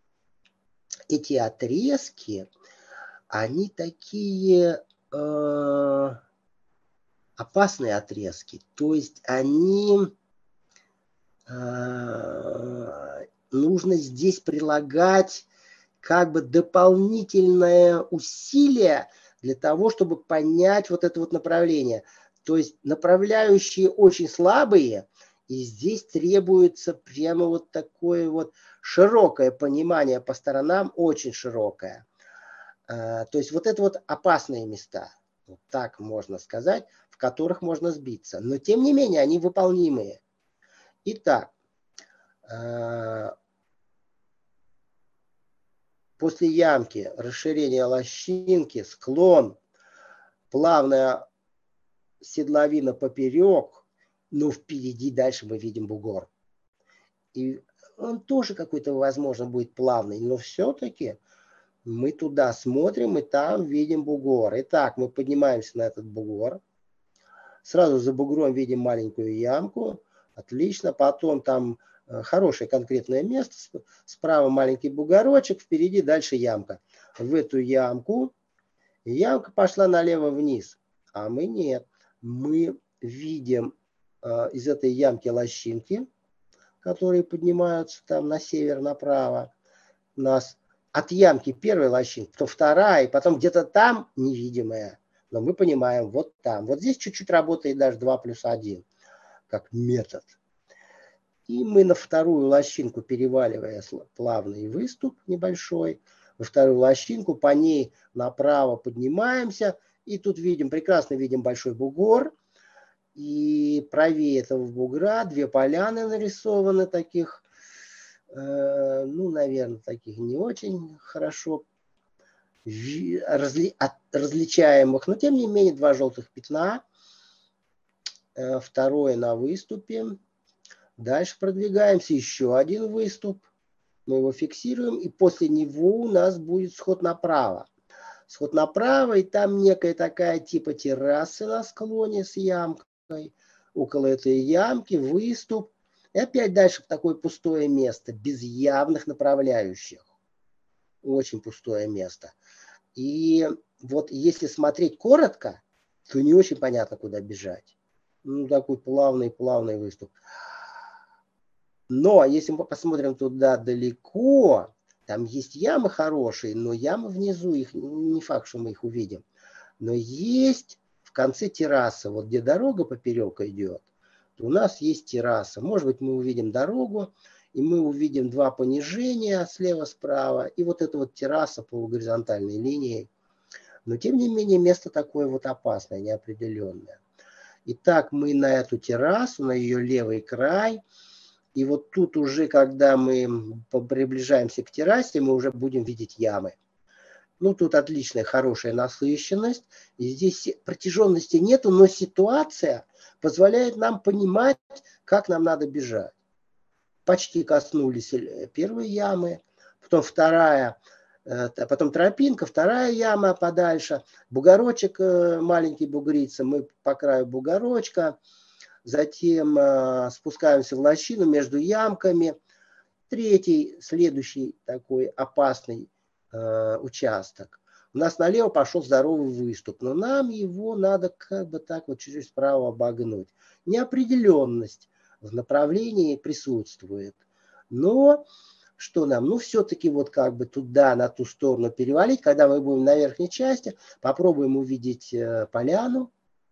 эти отрезки, они такие э, опасные отрезки. То есть они... Э, нужно здесь прилагать как бы дополнительное усилие для того, чтобы понять вот это вот направление. То есть направляющие очень слабые, и здесь требуется прямо вот такое вот широкое понимание по сторонам, очень широкое. То есть вот это вот опасные места, вот так можно сказать, в которых можно сбиться. Но тем не менее они выполнимые. Итак, после ямки, расширение лощинки, склон, плавная седловина поперек, но впереди дальше мы видим бугор. И он тоже какой-то, возможно, будет плавный, но все-таки мы туда смотрим и там видим бугор. Итак, мы поднимаемся на этот бугор. Сразу за бугром видим маленькую ямку. Отлично. Потом там хорошее конкретное место. Справа маленький бугорочек, впереди дальше ямка. В эту ямку ямка пошла налево вниз. А мы нет. Мы видим э, из этой ямки лощинки, которые поднимаются там на север, направо. У нас от ямки первая лощинка, то вторая, и потом где-то там невидимая. Но мы понимаем, вот там. Вот здесь чуть-чуть работает даже два плюс один, как метод. И мы на вторую лощинку, переваливая плавный выступ небольшой, во вторую лощинку, по ней направо поднимаемся, и тут видим, прекрасно видим большой бугор, и правее этого бугра две поляны нарисованы таких, э, ну, наверное, таких не очень хорошо разли, от, различаемых, но тем не менее два желтых пятна, э, второе на выступе. Дальше продвигаемся, еще один выступ, мы его фиксируем, и после него у нас будет сход направо. Сход направо, и там некая такая типа террасы на склоне с ямкой. Около этой ямки выступ. И опять дальше такое пустое место, без явных направляющих. Очень пустое место. И вот если смотреть коротко, то не очень понятно, куда бежать. Ну, такой плавный-плавный выступ. Но если мы посмотрим туда далеко, там есть ямы хорошие, но ямы внизу, их не факт, что мы их увидим. Но есть в конце терраса, вот где дорога поперек идет, у нас есть терраса. Может быть, мы увидим дорогу, и мы увидим два понижения слева-справа, и вот эта вот терраса полугоризонтальной линией. Но, тем не менее, место такое вот опасное, неопределенное. Итак, мы на эту террасу, на ее левый край, и вот тут уже, когда мы приближаемся к террасе, мы уже будем видеть ямы. Ну, тут отличная, хорошая насыщенность. И здесь протяженности нету, но ситуация позволяет нам понимать, как нам надо бежать. Почти коснулись первой ямы, потом вторая, потом тропинка, вторая яма подальше, бугорочек маленький бугрится, мы по краю бугорочка, затем спускаемся в лощину между ямками. Третий, следующий такой опасный участок. У нас налево пошел здоровый выступ, но нам его надо как бы так вот чуть-чуть справа обогнуть. Неопределенность в направлении присутствует. Но что нам? Ну, все-таки вот как бы туда, на ту сторону перевалить. Когда мы будем на верхней части, попробуем увидеть поляну.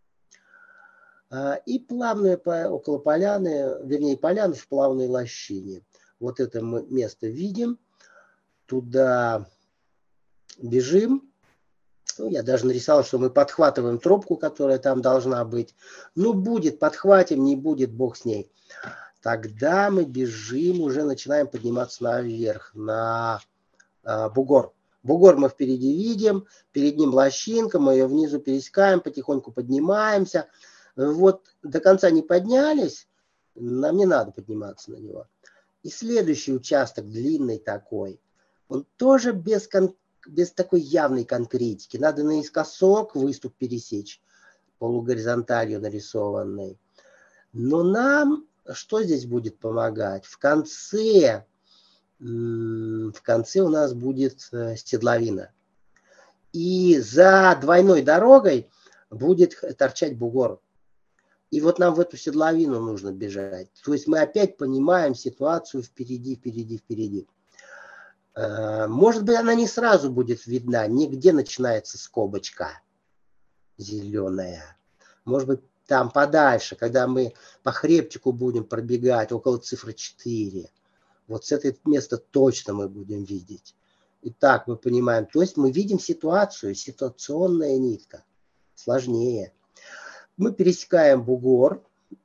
И плавную около поляны, вернее, поляну в плавной лощине. Вот это мы место видим. Туда бежим. Ну, я даже нарисовал, что мы подхватываем тропку, которая там должна быть. Ну, будет, подхватим, не будет, бог с ней. Тогда мы бежим, уже начинаем подниматься наверх, на а, бугор. Бугор мы впереди видим, перед ним лощинка, мы ее внизу пересекаем, потихоньку поднимаемся. Вот до конца не поднялись, нам не надо подниматься на него. И следующий участок, длинный такой, он тоже без конкретики. Без такой явной конкретики. Надо наискосок выступ пересечь, полугоризонталью нарисованный. Но нам что здесь будет помогать? В конце, в конце у нас будет седловина. И за двойной дорогой будет торчать бугор. И вот нам в эту седловину нужно бежать. То есть мы опять понимаем ситуацию впереди, впереди, впереди. Может быть, она не сразу будет видна, нигде начинается скобочка зеленая. Может быть, там подальше, когда мы по хребтику будем пробегать, около цифры четыре. Вот с этого места точно мы будем видеть. Итак, мы понимаем, то есть мы видим ситуацию, ситуационная нитка. Сложнее. Мы пересекаем бугор.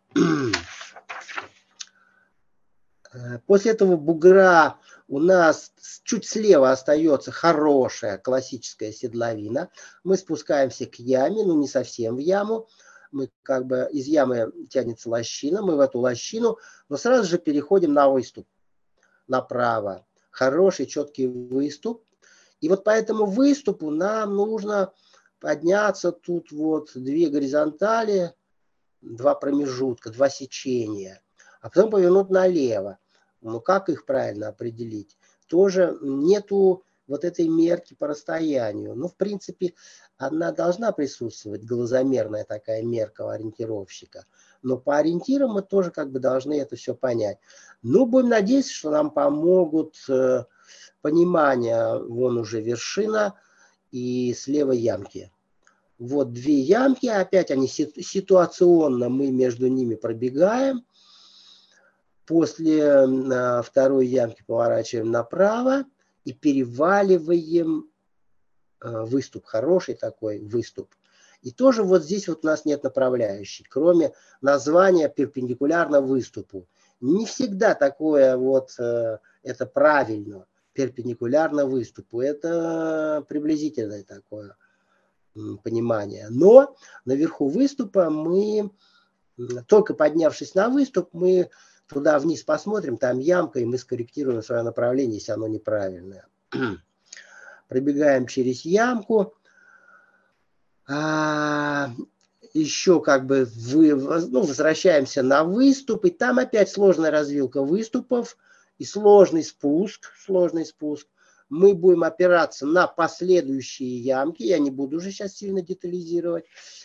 После этого бугра у нас чуть слева остается хорошая классическая седловина. Мы спускаемся к яме, ну не совсем в яму. Мы как бы из ямы тянется лощина, мы в эту лощину, но сразу же переходим на выступ, направо. Хороший, четкий выступ. И вот по этому выступу нам нужно подняться тут вот две горизонтали, два промежутка, два сечения. А потом повернуть налево. Ну, как их правильно определить? Тоже нету вот этой мерки по расстоянию. Ну, в принципе, она должна присутствовать, глазомерная такая мерка ориентировщика. Но по ориентирам мы тоже как бы должны это все понять. Ну, будем надеяться, что нам помогут э, понимание, вон уже вершина и слева ямки. Вот две ямки, опять они ситуационно, мы между ними пробегаем. После э, второй ямки поворачиваем направо и переваливаем э, выступ. Хороший такой выступ. И тоже вот здесь вот у нас нет направляющей, кроме названия перпендикулярно выступу. Не всегда такое вот, э, это правильно, перпендикулярно выступу. Это приблизительное такое понимание. Но наверху выступа мы, только поднявшись на выступ, мы туда вниз посмотрим, там ямка, и мы скорректируем свое направление, если оно неправильное. Пробегаем через ямку, А, еще как бы вы, ну, возвращаемся на выступ, и там опять сложная развилка выступов и сложный спуск, сложный спуск. Мы будем опираться на последующие ямки, я не буду уже сейчас сильно детализировать.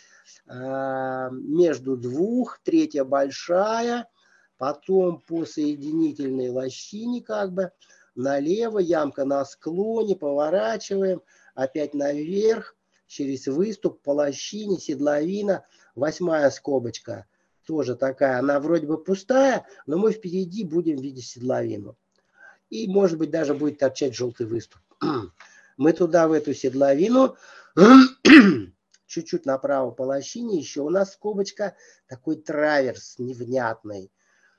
А, между двух, третья большая, потом по соединительной лощине как бы налево, ямка на склоне, поворачиваем, опять наверх, через выступ, по лощине, седловина, восьмая скобочка, тоже такая, она вроде бы пустая, но мы впереди будем видеть седловину. И, может быть, даже будет торчать желтый выступ. Мы туда, в эту седловину, чуть-чуть направо по лощине, еще у нас скобочка, такой траверс невнятный.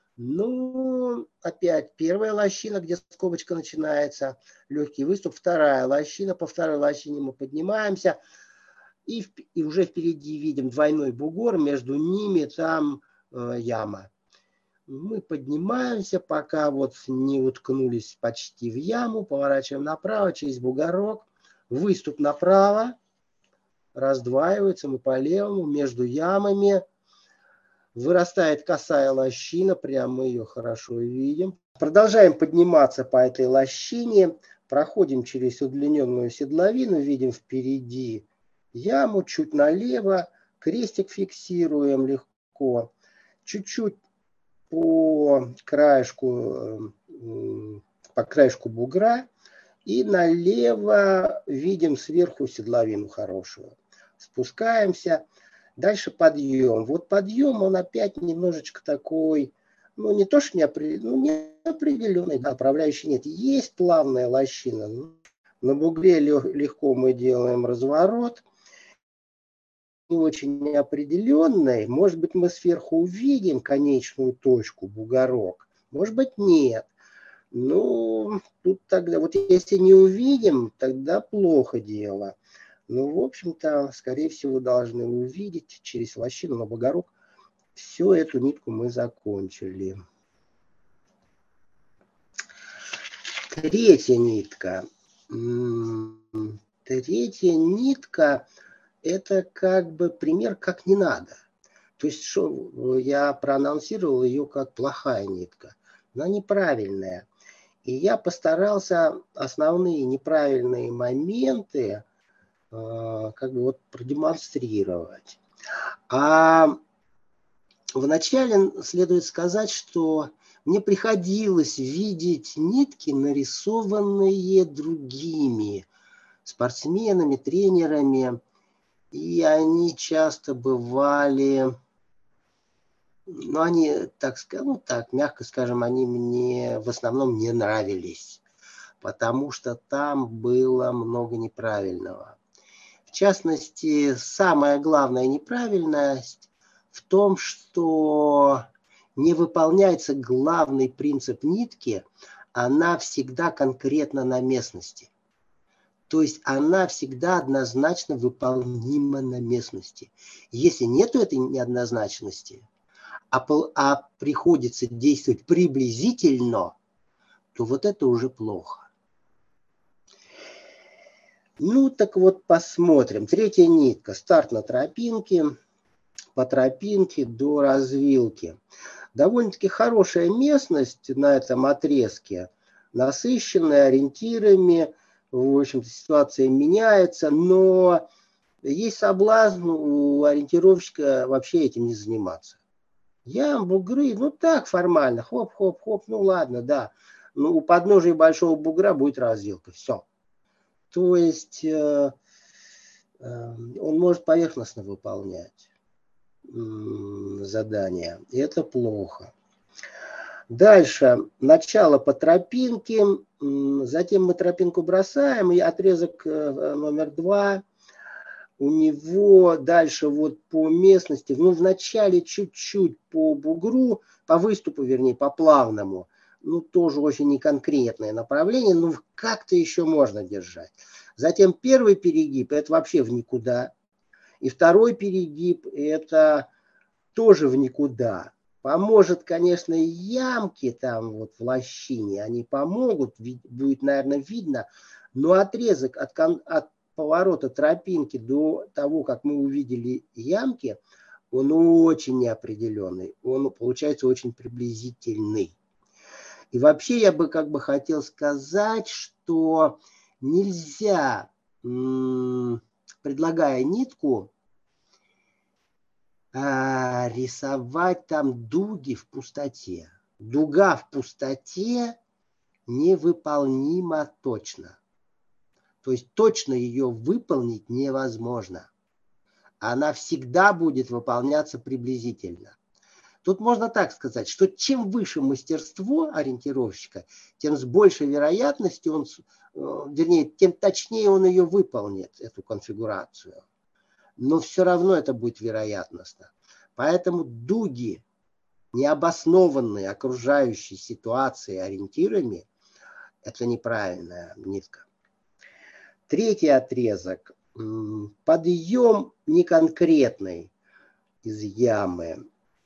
Ну, опять первая лощина, где скобочка начинается, легкий выступ, вторая лощина, по второй лощине мы поднимаемся, и, и уже впереди видим двойной бугор, между ними там э, яма. Мы поднимаемся, пока вот не уткнулись почти в яму, поворачиваем направо через бугорок, выступ направо, раздваивается, мы по левому, между ямами, вырастает косая лощина, прямо мы ее хорошо видим. Продолжаем подниматься по этой лощине, проходим через удлиненную седловину, видим впереди яму, чуть налево, крестик фиксируем легко, чуть-чуть по краешку, по краешку бугра, и налево видим сверху седловину хорошую. Спускаемся, дальше подъем. Вот подъем, он опять немножечко такой, ну не то что неопределенный, ну, неопределенный, да, направляющий нет. Есть плавная лощина, на бугре легко мы делаем разворот, не очень неопределенной. Может быть, мы сверху увидим конечную точку, бугорок. Может быть, нет. Ну, тут тогда, вот если не увидим, тогда плохо дело. Ну, в общем-то, скорее всего, должны увидеть через лощину на бугорок. Всю эту нитку мы закончили. Третья нитка. Третья нитка – это как бы пример, как не надо. То есть шо, я проанонсировал ее как плохая нитка. Она неправильная. И я постарался основные неправильные моменты э, как бы вот продемонстрировать. А вначале следует сказать, что мне приходилось видеть нитки, нарисованные другими спортсменами, тренерами. И они часто бывали, ну, они, так скажем, ну, так, мягко скажем, они мне в основном не нравились, потому что там было много неправильного. В частности, самая главная неправильность в том, что не выполняется главный принцип нитки, она всегда конкретно на местности. То есть она всегда однозначно выполнима на местности. Если нет этой неоднозначности, а, а приходится действовать приблизительно, то вот это уже плохо. Ну, так вот посмотрим. Третья нитка. Старт на тропинке. По тропинке до развилки. Довольно-таки хорошая местность на этом отрезке. Насыщенная ориентирами. В общем-то, ситуация меняется, но есть соблазн у ориентировщика вообще этим не заниматься. Ям, бугры, ну так формально, хоп-хоп-хоп, ну ладно, да. Ну, у подножия большого бугра будет развилка, все. То есть э, э, он может поверхностно выполнять э, задания, и это плохо. Дальше, начало по тропинке, затем мы тропинку бросаем, и отрезок номер два, у него дальше вот по местности, ну, вначале чуть-чуть по бугру, по выступу, вернее, по плавному, ну, тоже очень неконкретное направление, но как-то еще можно держать. Затем первый перегиб, это вообще в никуда, и второй перегиб, это тоже в никуда. Поможет, конечно, ямки там вот в лощине, они помогут, будет, наверное, видно, но отрезок от, от поворота тропинки до того, как мы увидели ямки, он очень неопределенный, он получается очень приблизительный. И вообще я бы как бы хотел сказать, что нельзя, предлагая нитку, рисовать там дуги в пустоте. Дуга в пустоте невыполнима точно. То есть точно ее выполнить невозможно. Она всегда будет выполняться приблизительно. Тут можно так сказать, что чем выше мастерство ориентировщика, тем с большей вероятностью он, вернее, тем точнее он ее выполнит, эту конфигурацию. Но все равно это будет вероятностно. Поэтому дуги, необоснованные окружающей ситуацией ориентирами, это неправильная нитка. Третий отрезок. Подъем неконкретный из ямы.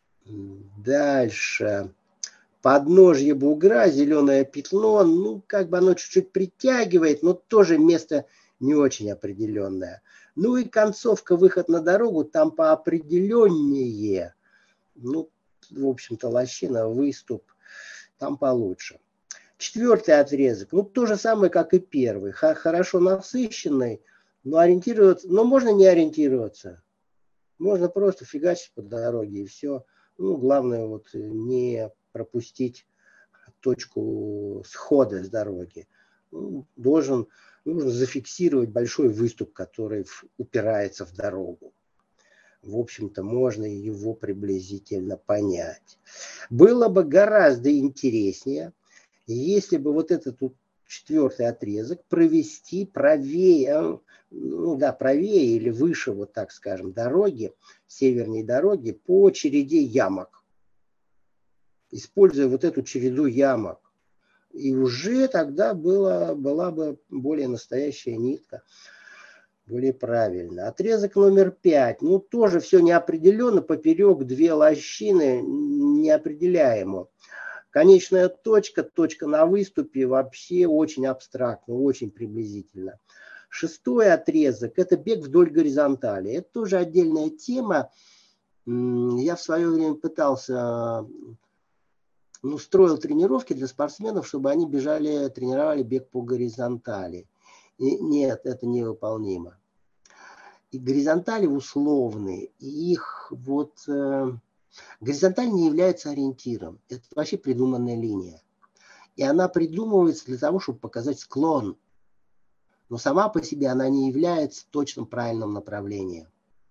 Дальше. Подножье бугра, зеленое пятно. Ну, как бы оно чуть-чуть притягивает, но тоже место не очень определенное. Ну и концовка, выход на дорогу, там поопределеннее. Ну, в общем-то, лощина, выступ, там получше. Четвертый отрезок, ну, то же самое, как и первый. Хорошо насыщенный, но ориентироваться, но можно не ориентироваться. Можно просто фигачить по дороге и все. Ну, главное, вот не пропустить точку схода с дороги. Ну, должен, нужно зафиксировать большой выступ, который упирается в дорогу. В общем-то, можно его приблизительно понять. Было бы гораздо интереснее, если бы вот этот вот четвертый отрезок провести правее, ну да, правее или выше, вот так скажем, дороги, северной дороги по череде ямок. Используя вот эту череду ямок. И уже тогда была, была бы более настоящая нитка, более правильно. Отрезок номер пять. Ну, тоже все неопределенно. Поперек две лощины неопределяемо. Конечная точка, точка на выступе вообще очень абстрактно, очень приблизительно. Шестой отрезок – это бег вдоль горизонтали. Это тоже отдельная тема. Я в свое время пытался, ну, строил тренировки для спортсменов, чтобы они бежали, тренировали бег по горизонтали. И нет, это невыполнимо. И горизонтали условные, и их вот... Горизонталь не является ориентиром. Это вообще придуманная линия. И она придумывается для того, чтобы показать склон. Но сама по себе она не является точным правильным направлением.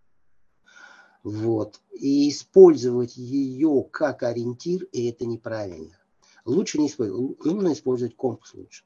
Вот. И использовать ее как ориентир, и это неправильно. Лучше не использовать. Нужно использовать компас лучше.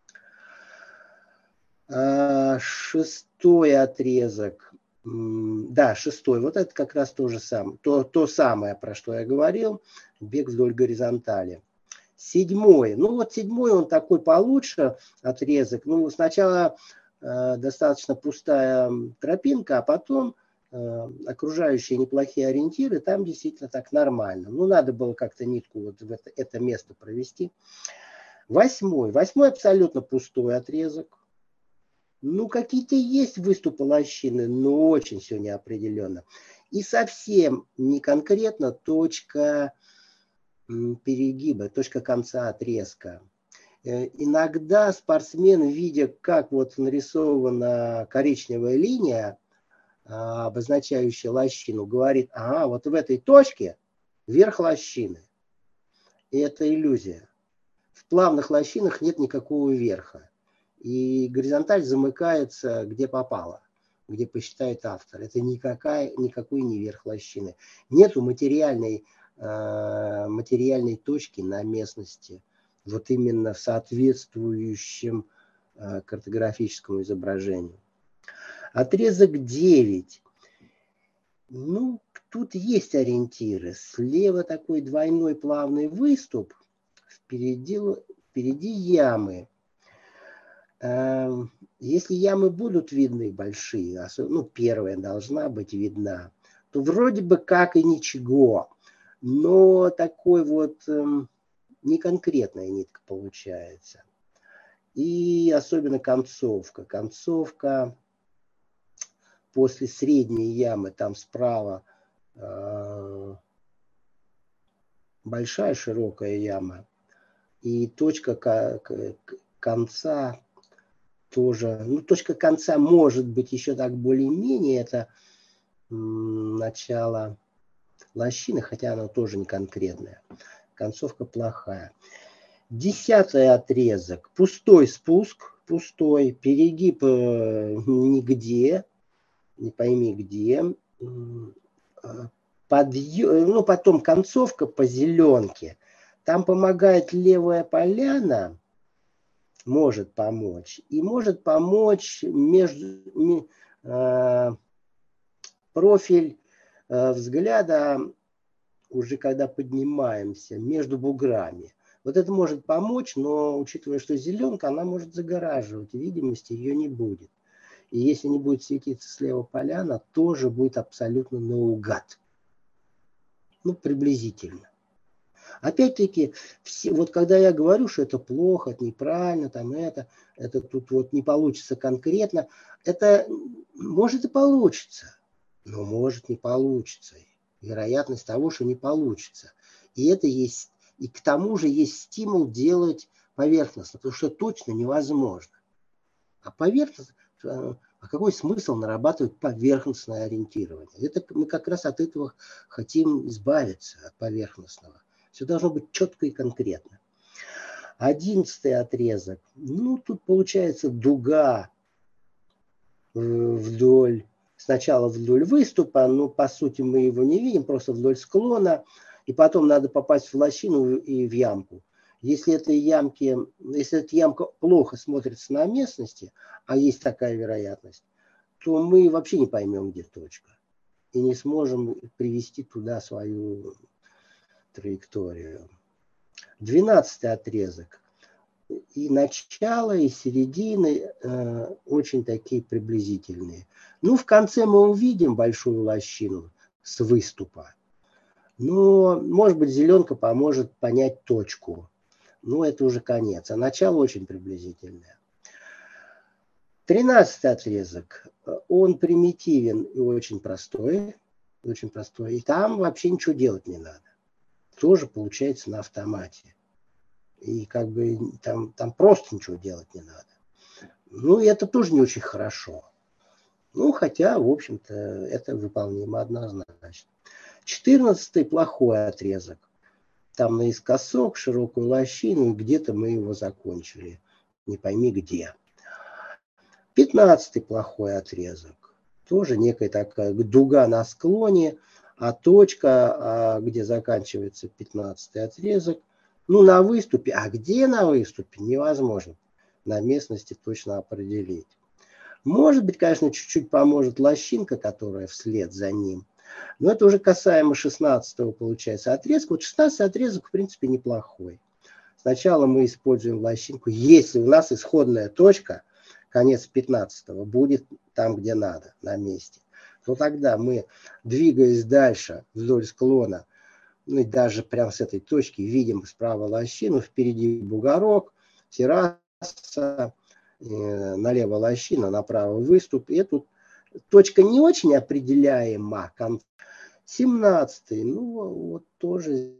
А, шестой отрезок. Да, шестой. Вот это как раз то же самое. То, то самое, про что я говорил. Бег вдоль горизонтали. Седьмой. Ну вот седьмой, он такой получше отрезок. Ну сначала э, достаточно пустая тропинка, а потом э, окружающие неплохие ориентиры. Там действительно так нормально. Ну надо было как-то нитку вот в это, это место провести. Восьмой. Восьмой абсолютно пустой отрезок. Ну, какие-то есть выступы лощины, но очень все неопределенно. И совсем не конкретно точка перегиба, точка конца отрезка. Иногда спортсмен, видя, как вот нарисована коричневая линия, обозначающая лощину, говорит, ага, вот в этой точке верх лощины. И это иллюзия. В плавных лощинах нет никакого верха. И горизонталь замыкается, где попало, где посчитает автор. Это никакая, никакой не верх лощины. Нету материальной, э, материальной точки на местности, вот именно в соответствующем э, картографическому изображению. Отрезок девять. Ну, тут есть ориентиры. Слева такой двойной плавный выступ, впереди, впереди ямы. Если ямы будут видны большие, ну, первая должна быть видна, то вроде бы как и ничего, но такой вот эм, неконкретная нитка получается. И особенно концовка. Концовка после средней ямы там справа э, большая широкая яма. И точка конца тоже, ну, точка конца может быть еще так более-менее, это м, начало лощины, хотя она тоже не конкретная. Концовка плохая. Десятый отрезок. Пустой спуск, пустой, перегиб э, нигде, не пойми где. Подъем, ну, потом концовка по зеленке. Там помогает левая поляна, может помочь. И может помочь между, э, профиль э, взгляда, уже когда поднимаемся, между буграми. Вот это может помочь, но учитывая, что зеленка, она может загораживать, видимости ее не будет. И если не будет светиться слева поляна, тоже будет абсолютно наугад. Ну, приблизительно. Опять-таки, все, вот когда я говорю, что это плохо, это неправильно, там это, это тут вот не получится конкретно, это может и получится, но может не получится. Вероятность того, что не получится. И это есть, и к тому же есть стимул делать поверхностно, потому что точно невозможно. А поверхностно, а какой смысл нарабатывать поверхностное ориентирование? Это мы как раз от этого хотим избавиться, от поверхностного. Все должно быть четко и конкретно. Одиннадцатый отрезок. Ну, тут получается дуга вдоль, сначала вдоль выступа, но по сути мы его не видим, просто вдоль склона. И потом надо попасть в лощину и в ямку. Если этой ямки, если эта ямка плохо смотрится на местности, а есть такая вероятность, то мы вообще не поймем, где точка. И не сможем привести туда свою траекторию. Двенадцатый отрезок. И начало, и середины э, очень такие приблизительные. Ну, в конце мы увидим большую лощину с выступа. Но, может быть, зеленка поможет понять точку. Ну, это уже конец. А начало очень приблизительное. Тринадцатый отрезок. Он примитивен и очень простой. Очень простой. И там вообще ничего делать не надо. Тоже получается на автомате. И как бы там, там просто ничего делать не надо. Ну, и это тоже не очень хорошо. Ну, хотя, в общем-то, это выполнимо однозначно. Четырнадцатый плохой отрезок. Там наискосок, широкую лощину, и где-то мы его закончили. Не пойми где. Пятнадцатый плохой отрезок. Тоже некая такая дуга на склоне, а точка, где заканчивается пятнадцатый отрезок, ну, на выступе. А где на выступе, невозможно на местности точно определить. Может быть, конечно, чуть-чуть поможет лощинка, которая вслед за ним. Но это уже касаемо шестнадцатого, получается, отрезка. Вот шестнадцатый отрезок, в принципе, неплохой. Сначала мы используем лощинку. Если у нас исходная точка, конец пятнадцатого, будет там, где надо, на месте, то тогда мы, двигаясь дальше вдоль склона, ну и даже прямо с этой точки видим справа лощину, впереди бугорок, терраса, э, налево лощина, направо выступ. И тут точка не очень определяема. семнадцатый, ну вот тоже.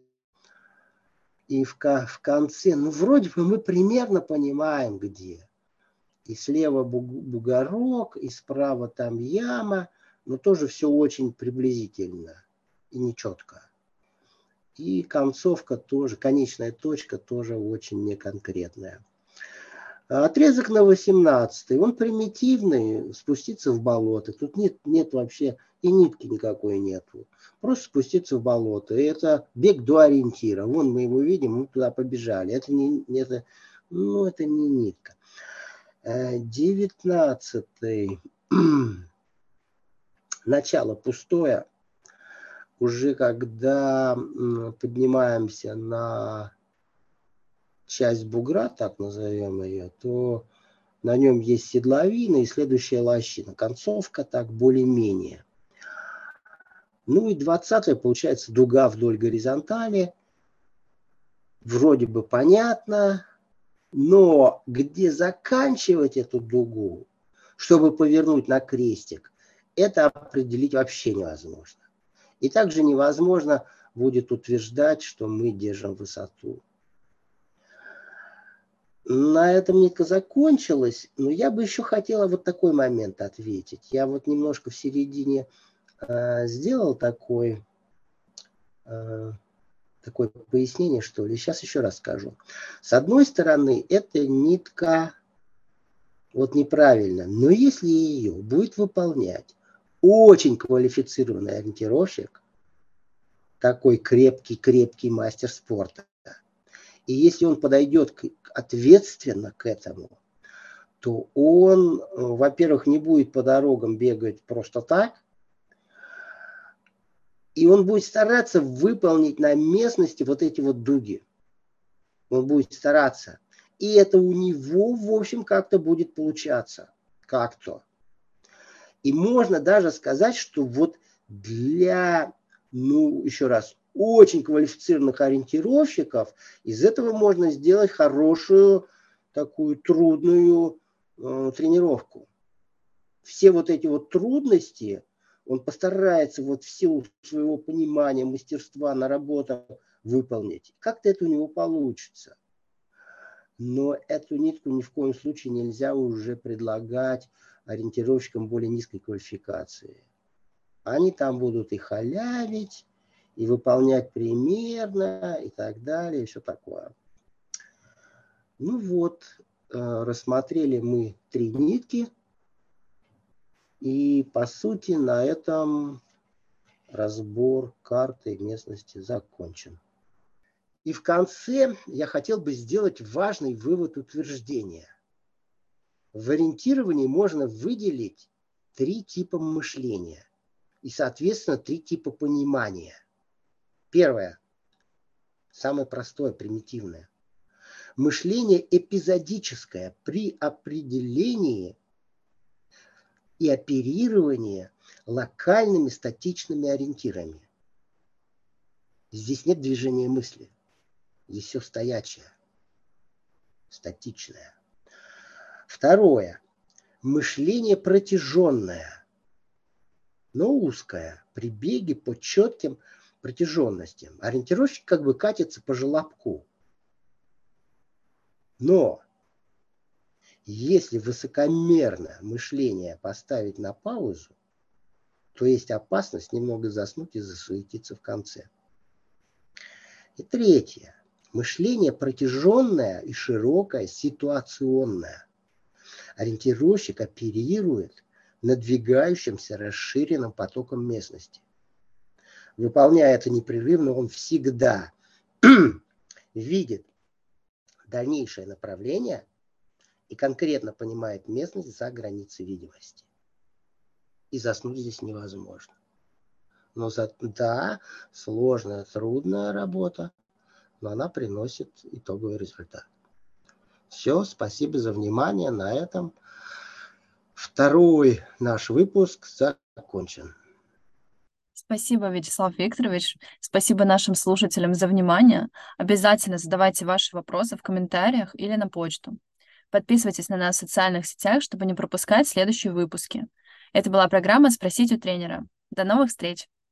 И в, в конце, ну вроде бы мы примерно понимаем, где. И слева бугорок, и справа там яма, но тоже все очень приблизительно и нечетко. И концовка тоже, конечная точка тоже очень неконкретная. Отрезок на восемнадцатый, он примитивный, спуститься в болото. Тут нет, нет вообще и нитки никакой нету. Просто спуститься в болото. И это бег до ориентира. Вон мы его видим, мы туда побежали. Это не, это, ну, это не нитка. девятнадцатый. Начало пустое. Уже когда поднимаемся на часть бугра, так назовем ее, то на нем есть седловина и следующая лощина. Концовка так более-менее. Ну и двадцатый, получается, дуга вдоль горизонтали. Вроде бы понятно, но где заканчивать эту дугу, чтобы повернуть на крестик, это определить вообще невозможно. И также невозможно будет утверждать, что мы держим высоту. На этом нитка закончилась, но я бы еще хотела вот такой момент ответить. Я вот немножко в середине э, сделал такой, э, такое пояснение, что ли. Сейчас еще раз скажу. С одной стороны, эта нитка вот неправильно, но если ее будет выполнять очень квалифицированный ориентировщик, такой крепкий-крепкий мастер спорта, и если он подойдет к, ответственно к этому, то он, во-первых, не будет по дорогам бегать просто так, и он будет стараться выполнить на местности вот эти вот дуги. Он будет стараться. И это у него, в общем, как-то будет получаться. Как-то. И можно даже сказать, что вот для, ну, еще раз, очень квалифицированных ориентировщиков из этого можно сделать хорошую, такую трудную э, тренировку. Все вот эти вот трудности он постарается вот в силу своего понимания, мастерства, наработок выполнить. Как-то это у него получится. Но эту нитку ни в коем случае нельзя уже предлагать ориентировщикам более низкой квалификации. Они там будут и халявить, и выполнять примерно, и так далее, и все такое. Ну вот, рассмотрели мы три нитки. И, по сути, на этом разбор карты местности закончен. И в конце я хотел бы сделать важный вывод утверждения. В ориентировании можно выделить три типа мышления и, соответственно, три типа понимания. Первое, самое простое, примитивное. Мышление эпизодическое при определении и оперирование локальными статичными ориентирами. Здесь нет движения мысли. Здесь все стоячее, статичное. Второе. Мышление протяженное, но узкое, при беге по четким протяженностям. Ориентировщик как бы катится по желобку. Но если высокомерно мышление поставить на паузу, то есть опасность немного заснуть и засуетиться в конце. И третье. Мышление протяженное и широкое, ситуационное. Ориентировщик оперирует надвигающимся расширенным потоком местности. Выполняя это непрерывно, он всегда видит дальнейшее направление и конкретно понимает местность за границей видимости. И заснуть здесь невозможно. Но за, да, сложная, трудная работа, но она приносит итоговый результат. Все, спасибо за внимание. На этом второй наш выпуск закончен. Спасибо, Вячеслав Викторович. Спасибо нашим слушателям за внимание. Обязательно задавайте ваши вопросы в комментариях или на почту. Подписывайтесь на нас в социальных сетях, чтобы не пропускать следующие выпуски. Это была программа «Спросить у тренера». До новых встреч!